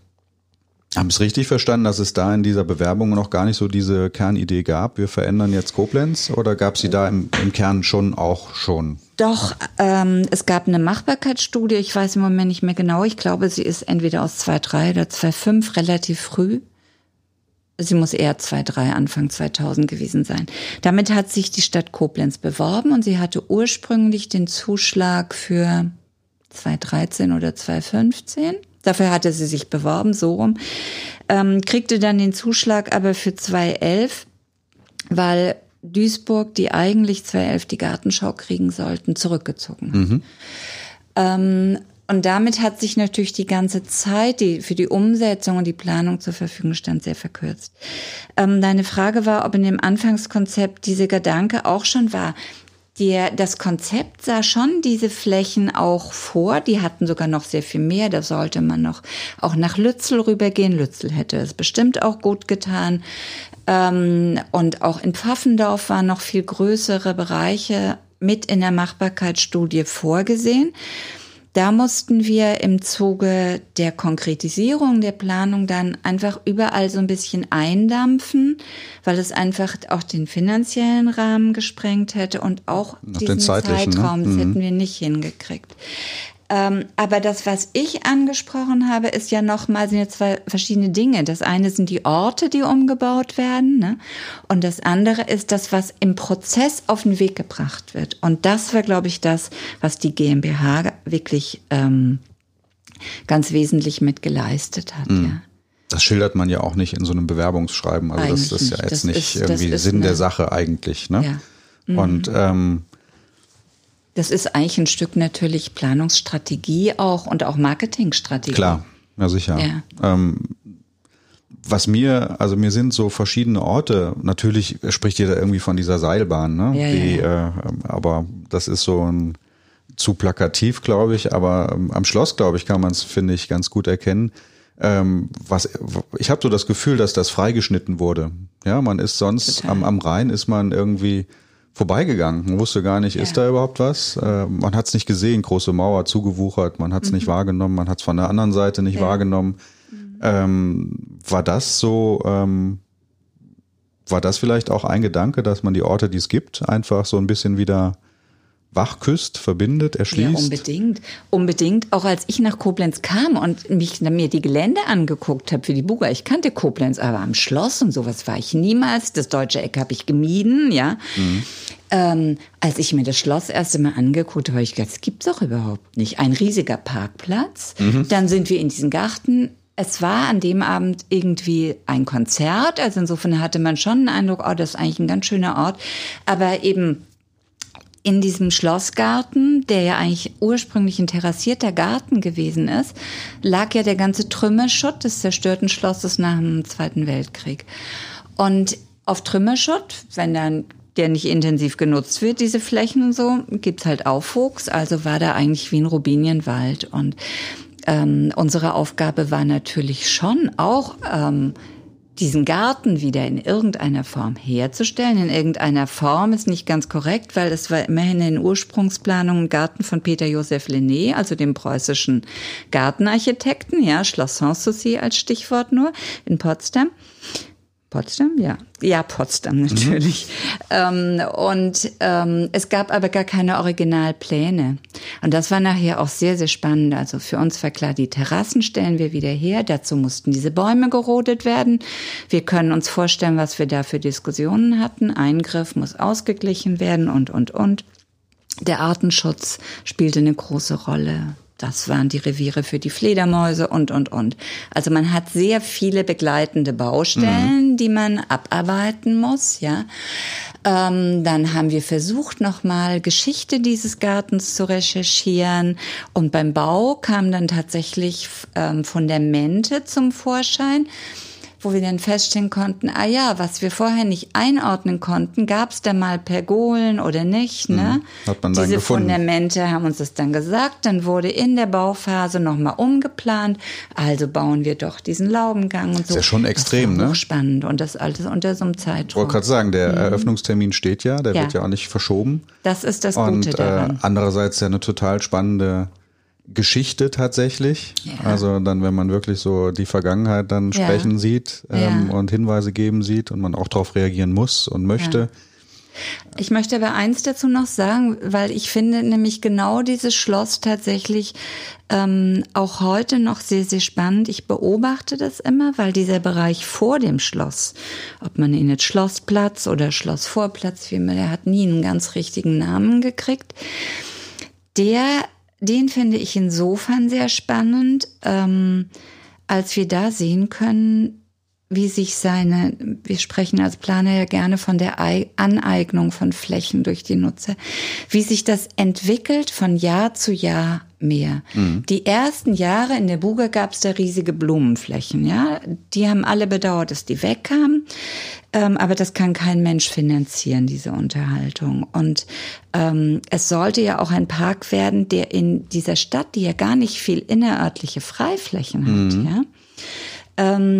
haben es richtig verstanden, dass es da in dieser Bewerbung noch gar nicht so diese Kernidee gab, wir verändern jetzt Koblenz? Oder gab es sie da im, im Kern schon auch schon? Doch, ähm, es gab eine Machbarkeitsstudie, ich weiß im Moment nicht mehr genau, ich glaube, sie ist entweder aus zweitausenddrei oder zweitausendfünf, relativ früh. Sie muss eher zweitausenddrei, Anfang zweitausend gewesen sein. Damit hat sich die Stadt Koblenz beworben und sie hatte ursprünglich den Zuschlag für zweitausenddreizehn oder zweitausendfünfzehn. Dafür hatte sie sich beworben, so rum. Ähm, kriegte dann den Zuschlag aber für zweitausendelf, weil Duisburg, die eigentlich zweitausendelf die Gartenschau kriegen sollten, zurückgezogen. Mhm. Ähm, Und damit hat sich natürlich die ganze Zeit, die für die Umsetzung und die Planung zur Verfügung stand, sehr verkürzt. Ähm, deine Frage war, ob in dem Anfangskonzept dieser Gedanke auch schon war. Der, das Konzept sah schon diese Flächen auch vor. Die hatten sogar noch sehr viel mehr. Da sollte man noch auch nach Lützel rübergehen. Lützel hätte es bestimmt auch gut getan. Ähm, und auch in Pfaffendorf waren noch viel größere Bereiche mit in der Machbarkeitsstudie vorgesehen. da mussten wir im Zuge der Konkretisierung der Planung dann einfach überall so ein bisschen eindampfen, weil es einfach auch den finanziellen Rahmen gesprengt hätte und auch Nach diesen den zeitlichen, Zeitraum, ne? das Mhm. hätten wir nicht hingekriegt. Ähm, aber das, was ich angesprochen habe, ist ja nochmal, sind ja zwei verschiedene Dinge. Das eine sind die Orte, die umgebaut werden, ne? Und das andere ist das, was im Prozess auf den Weg gebracht wird. Und das war, glaube ich, das, was die GmbH wirklich ähm, ganz wesentlich mit geleistet hat. Mhm. Ja. Das schildert man ja auch nicht in so einem Bewerbungsschreiben. Also Eigentlich das ist ja nicht. jetzt Das nicht ist- irgendwie das ist Sinn eine- der Sache eigentlich. Ne? Ja. Mhm. Und ähm, Das ist eigentlich ein Stück natürlich Planungsstrategie auch und auch Marketingstrategie. klar, ja sicher. Ja. Ähm, was mir, also mir sind so verschiedene Orte, natürlich spricht jeder irgendwie von dieser Seilbahn, ne? Ja, Die, ja, Äh, aber das ist so ein zu plakativ, glaube ich, aber ähm, am Schloss, glaube ich, kann man es, finde ich, ganz gut erkennen. Ähm, was, ich habe so das Gefühl, dass das freigeschnitten wurde. Ja, man ist sonst Total. am, am Rhein ist man irgendwie vorbeigegangen. Man wusste gar nicht, Ja. ist da überhaupt was? Äh, man hat es nicht gesehen, große Mauer zugewuchert, man hat es nicht wahrgenommen, man hat es von der anderen Seite nicht Mhm. Ja. wahrgenommen. Ähm, war das so, ähm, war das vielleicht auch ein Gedanke, dass man die Orte, die es gibt, einfach so ein bisschen wieder wachküsst, verbindet, Ja, erschließt? unbedingt. Unbedingt. Auch als ich nach Koblenz kam und mich mir die Gelände angeguckt habe für die Buga. Ich kannte Koblenz, aber am Schloss und sowas war ich niemals. Das deutsche Eck habe ich gemieden, ja. Mhm. Ähm, als ich mir das Schloss erst einmal angeguckt habe, habe ich gedacht, das gibt's doch überhaupt nicht. Ein riesiger Parkplatz. Mhm. Dann sind wir in diesen Garten. Es war an dem Abend irgendwie ein Konzert. Also insofern hatte man schon den Eindruck, oh, das ist eigentlich ein ganz schöner Ort. Aber eben in diesem Schlossgarten, der ja eigentlich ursprünglich ein terrassierter Garten gewesen ist, lag ja der ganze Trümmerschutt des zerstörten Schlosses nach dem Zweiten Weltkrieg. Und auf Trümmerschutt, wenn dann der nicht intensiv genutzt wird, diese Flächen und so, gibt's halt Aufwuchs. Also war da eigentlich wie ein Robinienwald. Und ähm, unsere Aufgabe war natürlich schon auch, ähm, diesen Garten wieder in irgendeiner Form herzustellen. In irgendeiner Form ist nicht ganz korrekt, weil es war immerhin in den Ursprungsplanungen ein Garten von Peter Joseph Lenné, also dem preußischen Gartenarchitekten, ja, Schloss Sanssouci als Stichwort nur, in Potsdam. Potsdam? Ja. Ja, Potsdam natürlich. Mhm. Ähm, und ähm, es gab aber gar keine Originalpläne. Und das war nachher auch sehr, sehr spannend. Also für uns war klar, die Terrassen stellen wir wieder her. Dazu mussten diese Bäume gerodet werden. Wir können uns vorstellen, was wir da für Diskussionen hatten. Eingriff muss ausgeglichen werden und, und, und. Der Artenschutz spielte eine große Rolle. Das waren die Reviere für die Fledermäuse und, und, und. Also man hat sehr viele begleitende Baustellen, mhm. die man abarbeiten muss, ja. Ähm, dann haben wir versucht, nochmal Geschichte dieses Gartens zu recherchieren. Und beim Bau kam dann tatsächlich ähm, Fundamente zum Vorschein, wo wir dann feststellen konnten, ah ja, was wir vorher nicht einordnen konnten, gab es da mal Pergolen oder nicht, ne? Mhm. Hat man dann Diese gefunden. Fundamente haben uns das dann gesagt, dann wurde in der Bauphase nochmal umgeplant, also bauen wir doch diesen Laubengang und so. Ist ja schon extrem, das war ne? spannend und das alles unter so einem Ich Zeitraum. wollte gerade sagen, der Mhm. Eröffnungstermin steht ja, der Ja. wird ja auch nicht verschoben. Das ist das Und Gute daran. äh, andererseits ja eine total spannende Geschichte tatsächlich. Ja. Also dann, wenn man wirklich so die Vergangenheit dann Ja. sprechen sieht ähm, Ja. und Hinweise geben sieht und man auch darauf reagieren muss und möchte. Ja. Ich möchte aber eins dazu noch sagen, weil ich finde nämlich genau dieses Schloss tatsächlich ähm, auch heute noch sehr, sehr spannend. Ich beobachte das immer, weil dieser Bereich vor dem Schloss, ob man ihn jetzt Schlossplatz oder Schlossvorplatz, wie man, der hat nie einen ganz richtigen Namen gekriegt, der Den finde ich insofern sehr spannend, ähm, als wir da sehen können, wie sich seine, wir sprechen als Planer ja gerne von der Aneignung von Flächen durch die Nutzer, wie sich das entwickelt von Jahr zu Jahr mehr. Mhm. Die ersten Jahre in der Buga gab es da riesige Blumenflächen, ja. Die haben alle bedauert, dass die wegkamen. Ähm, aber das kann kein Mensch finanzieren, diese Unterhaltung. Und ähm, es sollte ja auch ein Park werden, der in dieser Stadt, die ja gar nicht viel innerörtliche Freiflächen hat, mhm. ja, ähm,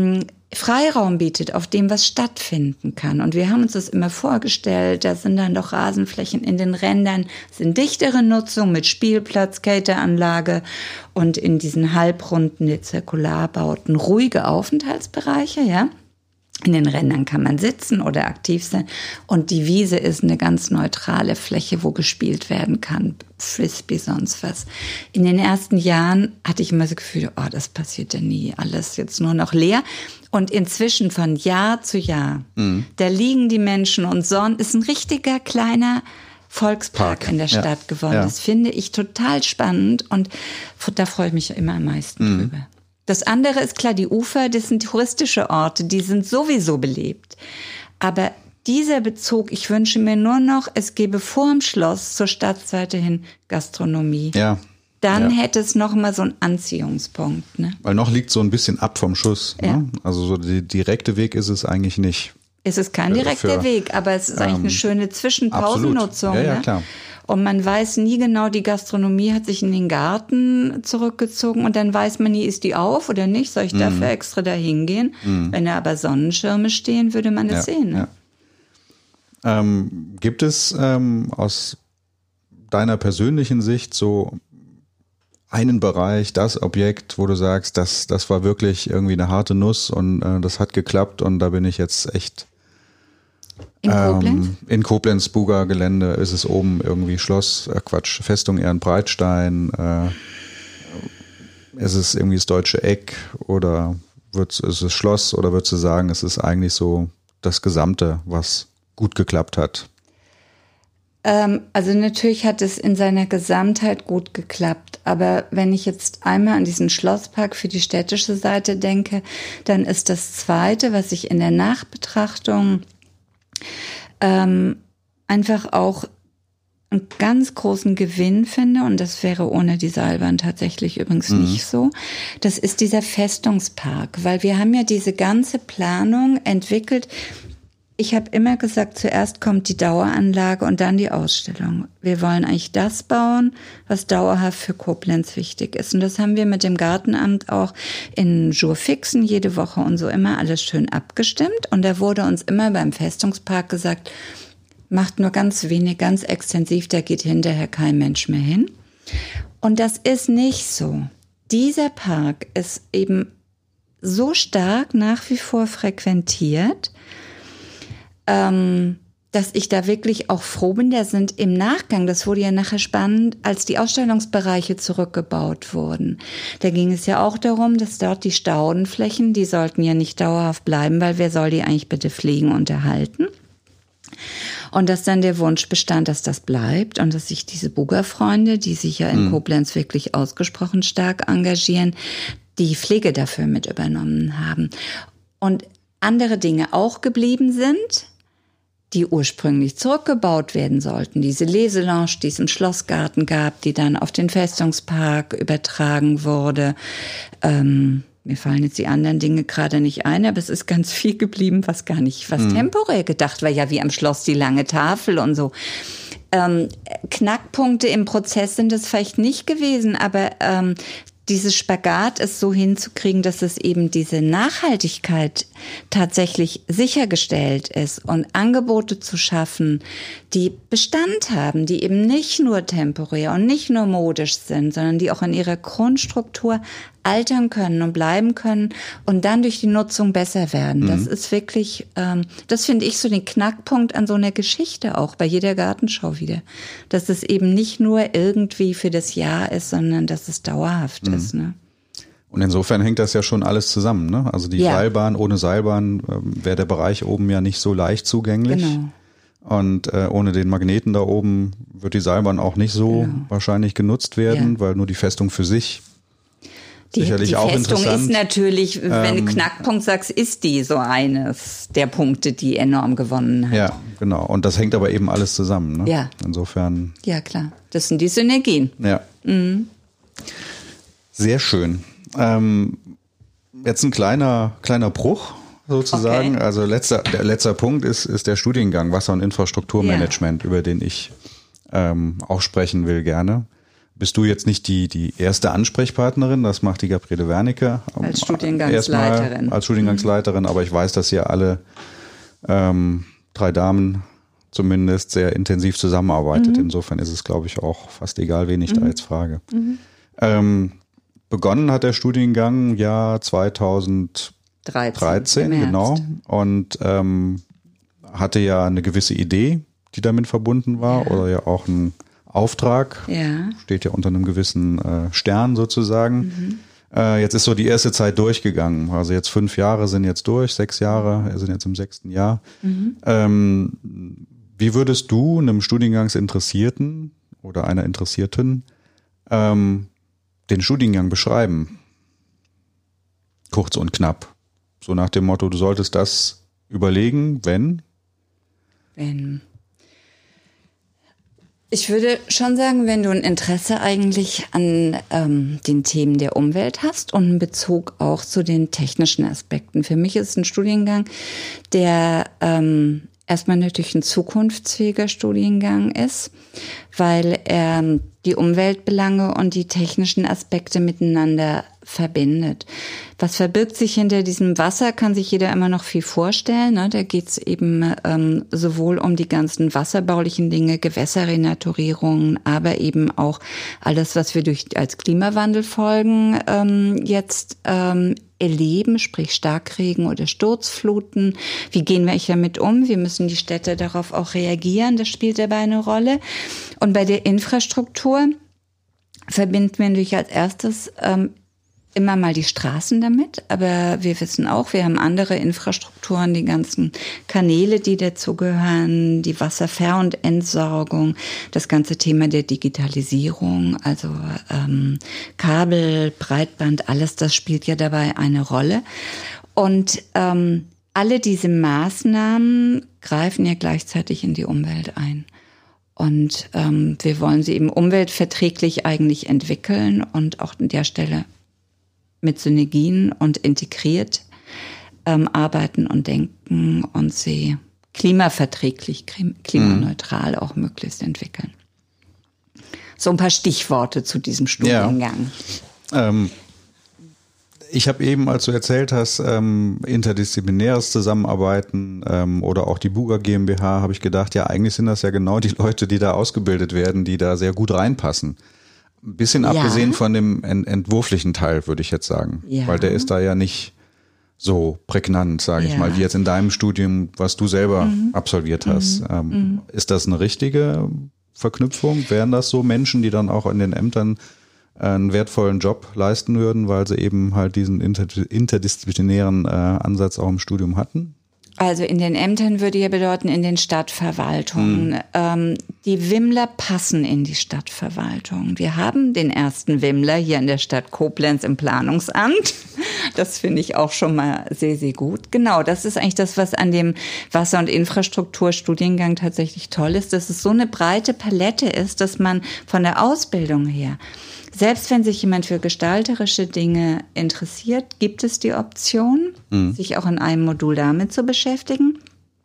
Freiraum bietet, auf dem was stattfinden kann. Und wir haben uns das immer vorgestellt, da sind dann doch Rasenflächen in den Rändern, sind dichtere Nutzung mit Spielplatz, Skateranlage und in diesen halbrunden, die Zirkularbauten ruhige Aufenthaltsbereiche, ja. In den Rändern kann man sitzen oder aktiv sein. Und die Wiese ist eine ganz neutrale Fläche, wo gespielt werden kann. Frisbee, sonst was. In den ersten Jahren hatte ich immer das Gefühl, oh, das passiert ja nie. Alles jetzt nur noch leer. Und inzwischen von Jahr zu Jahr, mhm. da liegen die Menschen und Sonne, ist ein richtiger kleiner Volkspark Park. in der Stadt ja. geworden. Ja. Das finde ich total spannend und da freue ich mich immer am meisten mhm. drüber. Das andere ist klar, die Ufer, das sind touristische Orte, die sind sowieso belebt. Aber dieser Bezug, ich wünsche mir nur noch, es gäbe vor dem Schloss zur Stadtseite hin Gastronomie. Ja. Dann ja. hätte es noch mal so einen Anziehungspunkt. Ne? Weil noch liegt so ein bisschen ab vom Schuss. Ja. Ne? Also so der direkte Weg ist es eigentlich nicht. Es ist kein direkter für, Weg, aber es ist eigentlich ähm, eine schöne Zwischenpausennutzung. Ja, ja, ne? klar. Und man weiß nie genau, die Gastronomie hat sich in den Garten zurückgezogen und dann weiß man nie, ist die auf oder nicht, soll ich mm. dafür extra da hingehen? Mm. Wenn da aber Sonnenschirme stehen, würde man das ja, sehen. Ne? Ja. Ähm, gibt es ähm, aus deiner persönlichen Sicht so einen Bereich, das Objekt, wo du sagst, das, das war wirklich irgendwie eine harte Nuss und äh, das hat geklappt und da bin ich jetzt echt in Koblenz? Ähm, in Koblenz, Buga Gelände, ist es oben irgendwie Schloss, äh Quatsch, Festung Ehrenbreitstein, äh, ist es irgendwie das Deutsche Eck oder wird's, ist es Schloss oder würdest du sagen, es ist eigentlich so das Gesamte, was gut geklappt hat? Ähm, also natürlich hat es in seiner Gesamtheit gut geklappt, aber wenn ich jetzt einmal an diesen Schlosspark für die städtische Seite denke, dann ist das Zweite, was ich in der Nachbetrachtung Ähm, einfach auch einen ganz großen Gewinn finde, und das wäre ohne die Seilbahn tatsächlich übrigens mhm. nicht so, das ist dieser Festungspark, weil wir haben ja diese ganze Planung entwickelt. Ich habe immer gesagt, zuerst kommt die Daueranlage und dann die Ausstellung. Wir wollen eigentlich das bauen, was dauerhaft für Koblenz wichtig ist. Und das haben wir mit dem Gartenamt auch in Jour-Fixen jede Woche und so immer alles schön abgestimmt. Und da wurde uns immer beim Festungspark gesagt, macht nur ganz wenig, ganz extensiv, da geht hinterher kein Mensch mehr hin. Und das ist nicht so. Dieser Park ist eben so stark nach wie vor frequentiert, dass ich da wirklich auch froh bin. Da sind im Nachgang, das wurde ja nachher spannend, als die Ausstellungsbereiche zurückgebaut wurden. Da ging es ja auch darum, dass dort die Staudenflächen, die sollten ja nicht dauerhaft bleiben, weil wer soll die eigentlich bitte pflegen und erhalten? Und dass dann der Wunsch bestand, dass das bleibt und dass sich diese Buga-Freunde, die sich ja in mhm. Koblenz wirklich ausgesprochen stark engagieren, die Pflege dafür mit übernommen haben. Und andere Dinge auch geblieben sind, die ursprünglich zurückgebaut werden sollten. Diese Leselounge, die es im Schlossgarten gab, die dann auf den Festungspark übertragen wurde. Ähm, mir fallen jetzt die anderen Dinge gerade nicht ein, aber es ist ganz viel geblieben, was gar nicht, was mhm. temporär gedacht war. Ja, wie am Schloss die lange Tafel und so. Ähm, Knackpunkte im Prozess sind es vielleicht nicht gewesen, aber ähm, dieses Spagat ist so hinzukriegen, dass es eben diese Nachhaltigkeit tatsächlich sichergestellt ist und Angebote zu schaffen, die Bestand haben, die eben nicht nur temporär und nicht nur modisch sind, sondern die auch in ihrer Grundstruktur altern können und bleiben können und dann durch die Nutzung besser werden. Mhm. Das ist wirklich, ähm, das finde ich so den Knackpunkt an so einer Geschichte auch bei jeder Gartenschau wieder. Dass es eben nicht nur irgendwie für das Jahr ist, sondern dass es dauerhaft mhm. ist. Ne? Und insofern hängt das ja schon alles zusammen. Ne? Also die ja. Seilbahn, ohne Seilbahn äh, wäre der Bereich oben ja nicht so leicht zugänglich. Genau. Und äh, ohne den Magneten da oben wird die Seilbahn auch nicht so genau. wahrscheinlich genutzt werden, ja. weil nur die Festung für sich Die, sicherlich die auch Festung interessant. ist natürlich, wenn ähm, du Knackpunkt sagst, ist die so eines der Punkte, die enorm gewonnen hat. Ja, genau. Und das hängt aber eben alles zusammen. Ne? Ja. Insofern. Ja, klar. Das sind die Synergien. Ja. Mhm. Sehr schön. Ähm, jetzt ein kleiner, kleiner Bruch sozusagen. Okay. Also letzter, der letzter Punkt ist, ist der Studiengang Wasser- und Infrastrukturmanagement, ja. über den ich ähm, auch sprechen will gerne. bist du jetzt nicht die, die erste Ansprechpartnerin, das macht die Gabriele Wernicke. Als Studiengangsleiterin. Als Studiengangsleiterin, mhm. aber ich weiß, dass ihr alle ähm, drei Damen zumindest sehr intensiv zusammenarbeitet. Mhm. Insofern ist es, glaube ich, auch fast egal, wen ich mhm. da jetzt frage. Mhm. Ähm, begonnen hat der Studiengang ja zweitausenddreizehn, genau, und ähm, hatte ja eine gewisse Idee, die damit verbunden war, ja. oder ja auch ein Auftrag, ja. steht ja unter einem gewissen äh, Stern sozusagen. Mhm. Äh, jetzt ist so die erste Zeit durchgegangen, also jetzt fünf Jahre sind jetzt durch, sechs Jahre, wir sind jetzt im sechsten Jahr. Mhm. Ähm, wie würdest du einem Studiengangsinteressierten oder einer Interessierten ähm, den Studiengang beschreiben? Kurz und knapp. So nach dem Motto, du solltest das überlegen, wenn? Wenn. Ich würde schon sagen, wenn du ein Interesse eigentlich an ähm, den Themen der Umwelt hast und einen Bezug auch zu den technischen Aspekten. Für mich ist es ein Studiengang, der ähm, erstmal natürlich ein zukunftsfähiger Studiengang ist, weil er die Umweltbelange und die technischen Aspekte miteinander verbindet. Was verbirgt sich hinter diesem Wasser, kann sich jeder immer noch viel vorstellen. Ne? Da geht es eben ähm, sowohl um die ganzen wasserbaulichen Dinge, Gewässerrenaturierungen, aber eben auch alles, was wir durch als Klimawandelfolgen ähm, jetzt ähm, erleben, sprich Starkregen oder Sturzfluten. Wie gehen wir damit um? Wir müssen die Städte darauf auch reagieren. Das spielt dabei eine Rolle. Und bei der Infrastruktur verbinden wir natürlich als erstes ähm, immer mal die Straßen damit, aber wir wissen auch, wir haben andere Infrastrukturen, die ganzen Kanäle, die dazugehören, die Wasserver- und Entsorgung, das ganze Thema der Digitalisierung, also ähm, Kabel, Breitband, alles das spielt ja dabei eine Rolle. Und ähm, alle diese Maßnahmen greifen ja gleichzeitig in die Umwelt ein. Und ähm, wir wollen sie eben umweltverträglich eigentlich entwickeln und auch an der Stelle mit Synergien und integriert ähm, arbeiten und denken und sie klimaverträglich, klimaneutral auch möglichst entwickeln. So ein paar Stichworte zu diesem Studiengang. Ja. Ähm, ich habe eben, als du erzählt hast, ähm, interdisziplinäres Zusammenarbeiten ähm, oder auch die Buga GmbH, habe ich gedacht, ja, eigentlich sind das ja genau die Leute, die da ausgebildet werden, die da sehr gut reinpassen. Ein bisschen ja. abgesehen von dem ent- entwurflichen Teil, würde ich jetzt sagen. Ja. Weil der ist da ja nicht so prägnant, sage ja. ich mal, wie jetzt in deinem Studium, was du selber mhm. absolviert hast. Mhm. Ähm, mhm. Ist das eine richtige Verknüpfung? Wären das so Menschen, die dann auch in den Ämtern einen wertvollen Job leisten würden, weil sie eben halt diesen inter- interdisziplinären äh, Ansatz auch im Studium hatten? Also in den Ämtern würde ja bedeuten, in den Stadtverwaltungen. Mhm. Ähm, die Wimmler passen in die Stadtverwaltung. Wir haben den ersten Wimmler hier in der Stadt Koblenz im Planungsamt. Das finde ich auch schon mal sehr, sehr gut. Genau, das ist eigentlich das, was an dem Wasser- und Infrastrukturstudiengang tatsächlich toll ist, dass es so eine breite Palette ist, dass man von der Ausbildung her, selbst wenn sich jemand für gestalterische Dinge interessiert, gibt es die Option, mhm. sich auch in einem Modul damit zu beschäftigen.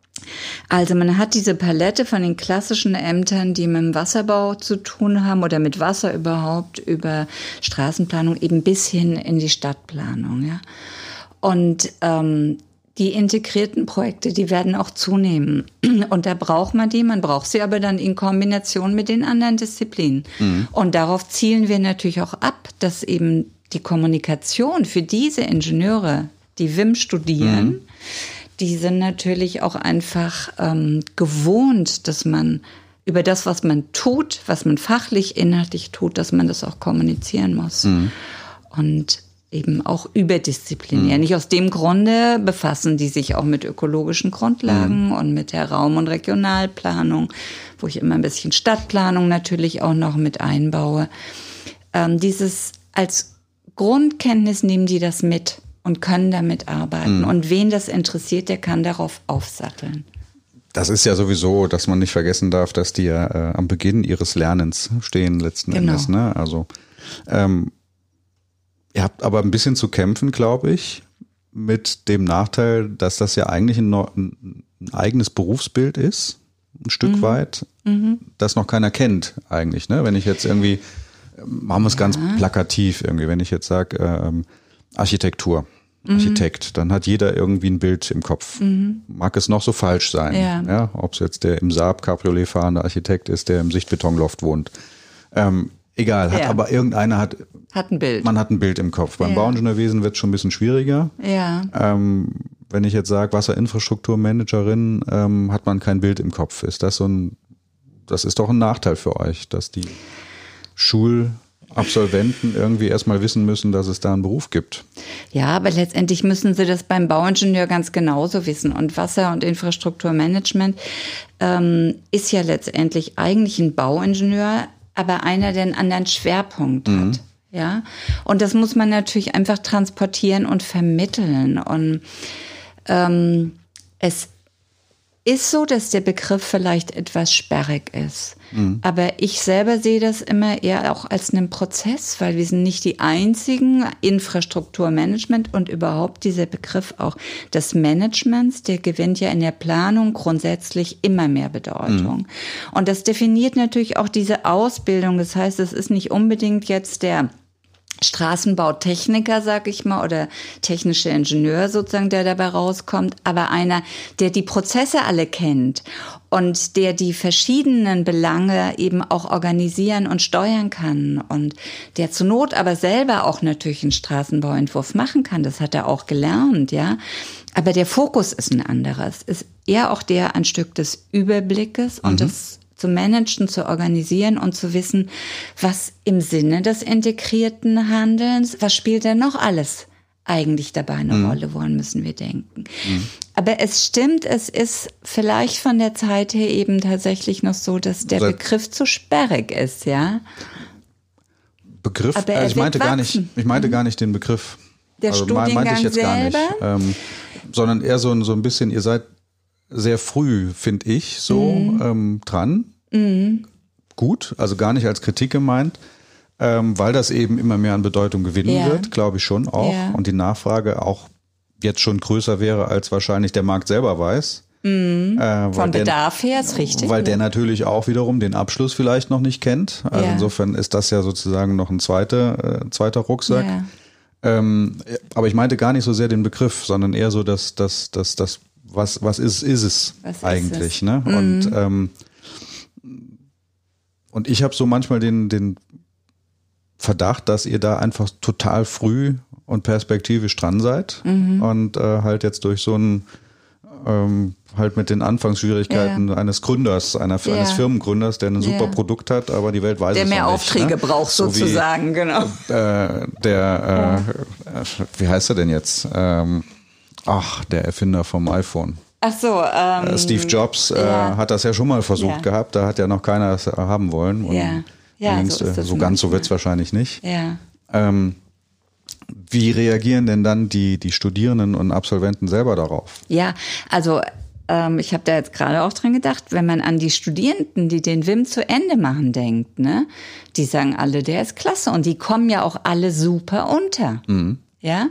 Also man hat diese Palette von den klassischen Ämtern, die mit dem Wasserbau zu tun haben oder mit Wasser überhaupt, über Straßenplanung eben bis hin in die Stadtplanung. Ja. Und ähm, die integrierten Projekte, die werden auch zunehmen. Und da braucht man die, man braucht sie aber dann in Kombination mit den anderen Disziplinen. Mhm. Und darauf zielen wir natürlich auch ab, dass eben die Kommunikation für diese Ingenieure, die W I M studieren, mhm. die sind natürlich auch einfach ähm, gewohnt, dass man über das, was man tut, was man fachlich, inhaltlich tut, dass man das auch kommunizieren muss. Mhm. Und eben auch überdisziplinär. Mhm. Nicht aus dem Grunde befassen die sich auch mit ökologischen Grundlagen mhm. und mit der Raum- und Regionalplanung, wo ich immer ein bisschen Stadtplanung natürlich auch noch mit einbaue. Ähm, dieses als Grundkenntnis nehmen die das mit und können damit arbeiten. Mhm. Und wen das interessiert, der kann darauf aufsatteln. Das ist ja sowieso, dass man nicht vergessen darf, dass die ja äh, am Beginn ihres Lernens stehen letzten genau. Endes. Ne? Also ähm, ihr habt aber ein bisschen zu kämpfen, glaube ich, mit dem Nachteil, dass das ja eigentlich ein, ein eigenes Berufsbild ist, ein Stück mhm. weit, mhm. das noch keiner kennt eigentlich. Ne? Wenn ich jetzt irgendwie machen wir es ja. ganz plakativ irgendwie, wenn ich jetzt sage, ähm, Architektur. Architekt, mhm. dann hat jeder irgendwie ein Bild im Kopf. Mhm. Mag es noch so falsch sein, ja. Ja, ob es jetzt der im Saab Cabriolet fahrende Architekt ist, der im Sichtbetonloft wohnt. Ähm, egal, hat ja. aber irgendeiner hat, hat ein Bild. Man hat ein Bild im Kopf. Beim ja. Bauingenieurwesen wird es schon ein bisschen schwieriger. Ja. Ähm, wenn ich jetzt sage, Wasserinfrastrukturmanagerin, ähm, hat man kein Bild im Kopf. Ist das so ein, das ist doch ein Nachteil für euch, dass die Schul Absolventen irgendwie erstmal wissen müssen, dass es da einen Beruf gibt. Ja, aber letztendlich müssen sie das beim Bauingenieur ganz genauso wissen. Und Wasser- und Infrastrukturmanagement ähm, ist ja letztendlich eigentlich ein Bauingenieur, aber einer, der einen anderen Schwerpunkt mhm. hat. Ja, und das muss man natürlich einfach transportieren und vermitteln. Und ähm, es ist so, dass der Begriff vielleicht etwas sperrig ist. Mhm. Aber ich selber sehe das immer eher auch als einen Prozess, weil wir sind nicht die einzigen. Infrastrukturmanagement und überhaupt dieser Begriff auch des Managements, der gewinnt ja in der Planung grundsätzlich immer mehr Bedeutung. Mhm. Und das definiert natürlich auch diese Ausbildung. Das heißt, es ist nicht unbedingt jetzt der Straßenbautechniker, sag ich mal, oder technische Ingenieur sozusagen, der dabei rauskommt, aber einer, der die Prozesse alle kennt und der die verschiedenen Belange eben auch organisieren und steuern kann und der zur Not aber selber auch natürlich einen Straßenbauentwurf machen kann. Das hat er auch gelernt, ja. Aber der Fokus ist ein anderes, ist eher auch der ein Stück des Überblickes und mhm. des zu managen, zu organisieren und zu wissen, was im Sinne des integrierten Handelns, was spielt denn noch alles eigentlich dabei eine mhm. Rolle, woran müssen wir denken. Mhm. Aber es stimmt, es ist vielleicht von der Zeit her eben tatsächlich noch so, dass der Seit Begriff zu sperrig ist, ja. Begriff, also ich meinte gar nicht, ich meinte mhm. gar nicht den Begriff. Der also Studiengang meinte ich jetzt selber? gar nicht, ähm, sondern eher so, so ein bisschen, ihr seid sehr früh, finde ich, so mhm. ähm, dran. Mhm. Gut, also gar nicht als Kritik gemeint, ähm, weil das eben immer mehr an Bedeutung gewinnen ja. wird, glaube ich schon auch. Ja. Und die Nachfrage auch jetzt schon größer wäre, als wahrscheinlich der Markt selber weiß. Mhm. Äh, Vom Bedarf her ist richtig. Weil ja. der natürlich auch wiederum den Abschluss vielleicht noch nicht kennt. Also ja. insofern ist das ja sozusagen noch ein zweiter, äh, zweiter Rucksack. Ja. Ähm, aber ich meinte gar nicht so sehr den Begriff, sondern eher so, dass das, das, das, was, was ist, ist es was eigentlich, ist es? Ne? Mhm. Und ähm, Und ich habe so manchmal den, den Verdacht, dass ihr da einfach total früh und perspektivisch dran seid mhm. und äh, halt jetzt durch so ein, ähm, halt mit den Anfangsschwierigkeiten ja. eines Gründers, einer, ja. eines Firmengründers, der ein super ja. Produkt hat, aber die Welt weiß der es noch nicht. Der mehr Aufträge ne? braucht so sozusagen, wie, genau. Äh, der, äh, wie heißt er denn jetzt? Ähm, ach, der Erfinder vom iPhone. Ach so, ähm, Steve Jobs äh, ja. hat das ja schon mal versucht ja. gehabt, da hat ja noch keiner das haben wollen. Und ja, ja so, ist das so ganz so wird es wahrscheinlich nicht. Ja. Ähm, wie reagieren denn dann die, die Studierenden und Absolventen selber darauf? Ja, also ähm, ich habe da jetzt gerade auch dran gedacht, wenn man an die Studierenden, die den W I M zu Ende machen, denkt, ne, die sagen alle, der ist klasse und die kommen ja auch alle super unter. Mhm. Ja.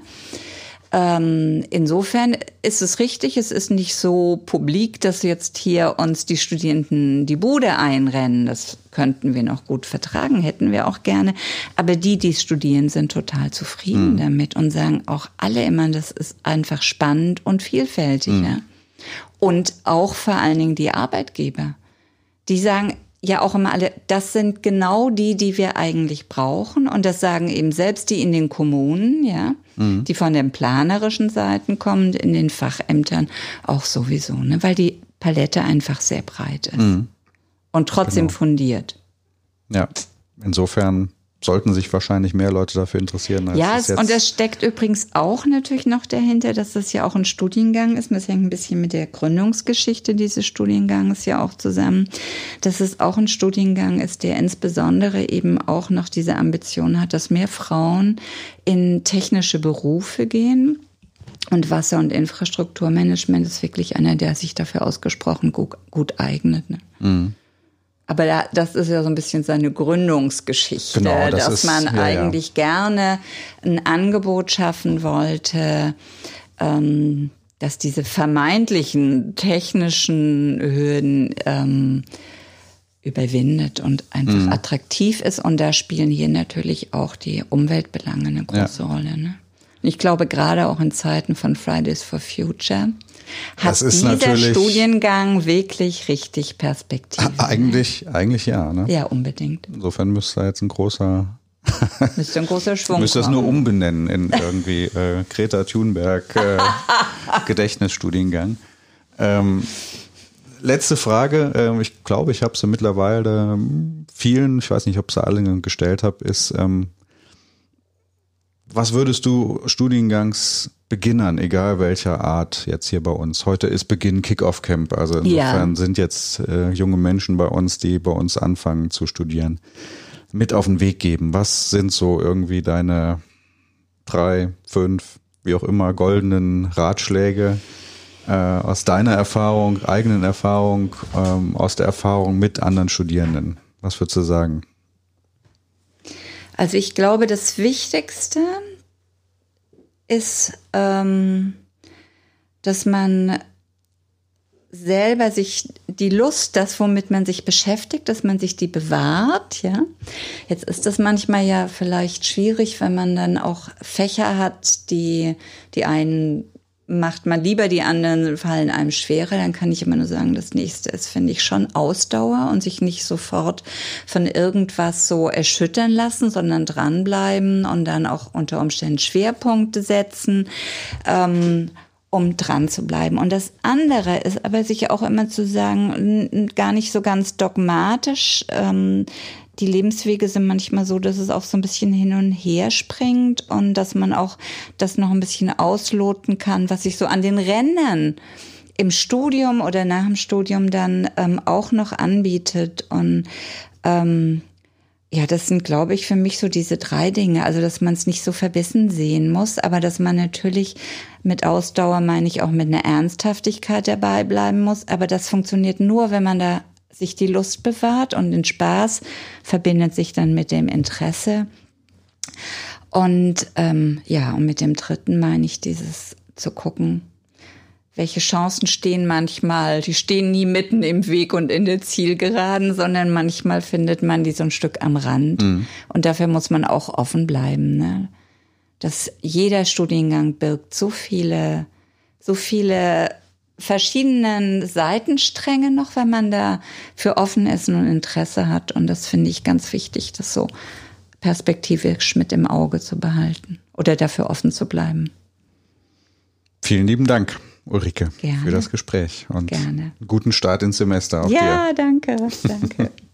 Ähm, insofern ist es richtig, es ist nicht so publik, dass jetzt hier uns die Studierenden die Bude einrennen. Das könnten wir noch gut vertragen, hätten wir auch gerne. Aber die, die studieren, sind total zufrieden mhm. damit und sagen auch alle immer, das ist einfach spannend und vielfältig. Mhm. Ja? Und auch vor allen Dingen die Arbeitgeber. Die sagen ja auch immer alle, das sind genau die, die wir eigentlich brauchen. Und das sagen eben selbst die in den Kommunen, ja, mhm. die von den planerischen Seiten kommen, in den Fachämtern auch sowieso, ne, weil die Palette einfach sehr breit ist mhm. und trotzdem genau. fundiert. Ja, insofern sollten sich wahrscheinlich mehr Leute dafür interessieren. Als ja, es jetzt und es steckt übrigens auch natürlich noch dahinter, dass das ja auch ein Studiengang ist. Das hängt ein bisschen mit der Gründungsgeschichte dieses Studiengangs ja auch zusammen. Dass es auch ein Studiengang ist, der insbesondere eben auch noch diese Ambition hat, dass mehr Frauen in technische Berufe gehen. Und Wasser- und Infrastrukturmanagement ist wirklich einer, der sich dafür ausgesprochen gut, gut eignet. Ne? Mhm. Aber da, das ist ja so ein bisschen seine Gründungsgeschichte, genau, das dass ist, man ja, eigentlich ja. gerne ein Angebot schaffen wollte, ähm, dass diese vermeintlichen technischen Hürden ähm, überwindet und einfach mhm. attraktiv ist. Und da spielen hier natürlich auch die Umweltbelange eine große ja. Rolle. Ne? Ich glaube, gerade auch in Zeiten von Fridays for Future hat dieser Studiengang wirklich richtig Perspektive. Eigentlich, ne? eigentlich ja. Ne? Ja, unbedingt. Insofern müsste da jetzt ein großer... müsste ein großer Schwung müsste das nur umbenennen in irgendwie äh, Greta Thunberg äh, Gedächtnisstudiengang. Ähm, letzte Frage, äh, ich glaube, ich habe sie mittlerweile vielen, ich weiß nicht, ob ich sie alle gestellt habe, ist, ähm, was würdest du Studiengangsbeginnern, egal welcher Art, jetzt hier bei uns, heute ist Beginn Kick-Off-Camp, also insofern ja. sind jetzt äh, junge Menschen bei uns, die bei uns anfangen zu studieren, mit auf den Weg geben? Was sind so irgendwie deine drei, fünf, wie auch immer, goldenen Ratschläge äh, aus deiner Erfahrung, eigenen Erfahrung, ähm, aus der Erfahrung mit anderen Studierenden? Was würdest du sagen? Also ich glaube, das Wichtigste ist, ähm, dass man selber sich die Lust, das, womit man sich beschäftigt, dass man sich die bewahrt, ja. Jetzt ist das manchmal ja vielleicht schwierig, wenn man dann auch Fächer hat, die, die einen macht man lieber, die anderen fallen einem schwerer, dann kann ich immer nur sagen, das nächste ist, finde ich, schon Ausdauer und sich nicht sofort von irgendwas so erschüttern lassen, sondern dranbleiben und dann auch unter Umständen Schwerpunkte setzen, ähm, um dran zu bleiben. Und das andere ist aber sich auch immer zu sagen, gar nicht so ganz dogmatisch. Ähm, die Lebenswege sind manchmal so, dass es auch so ein bisschen hin und her springt und dass man auch das noch ein bisschen ausloten kann, was sich so an den Rändern im Studium oder nach dem Studium dann ähm, auch noch anbietet. Und ähm, ja, das sind, glaube ich, für mich so diese drei Dinge. Also, dass man es nicht so verbissen sehen muss, aber dass man natürlich mit Ausdauer, meine ich, auch mit einer Ernsthaftigkeit dabei bleiben muss. Aber das funktioniert nur, wenn man da sich die Lust bewahrt und den Spaß verbindet sich dann mit dem Interesse. Und ähm, ja, und mit dem dritten meine ich dieses zu gucken, welche Chancen stehen manchmal, die stehen nie mitten im Weg und in der Zielgeraden, sondern manchmal findet man die so ein Stück am Rand. Mhm. Und dafür muss man auch offen bleiben, ne? Dass jeder Studiengang birgt so viele, so viele verschiedenen Seitenstränge noch, wenn man da für offen ist und Interesse hat. Und das finde ich ganz wichtig, das so perspektivisch mit im Auge zu behalten oder dafür offen zu bleiben. Vielen lieben Dank, Ulrike, Gerne. für das Gespräch und Gerne. Guten Start ins Semester. Auf ja, dir. danke, danke.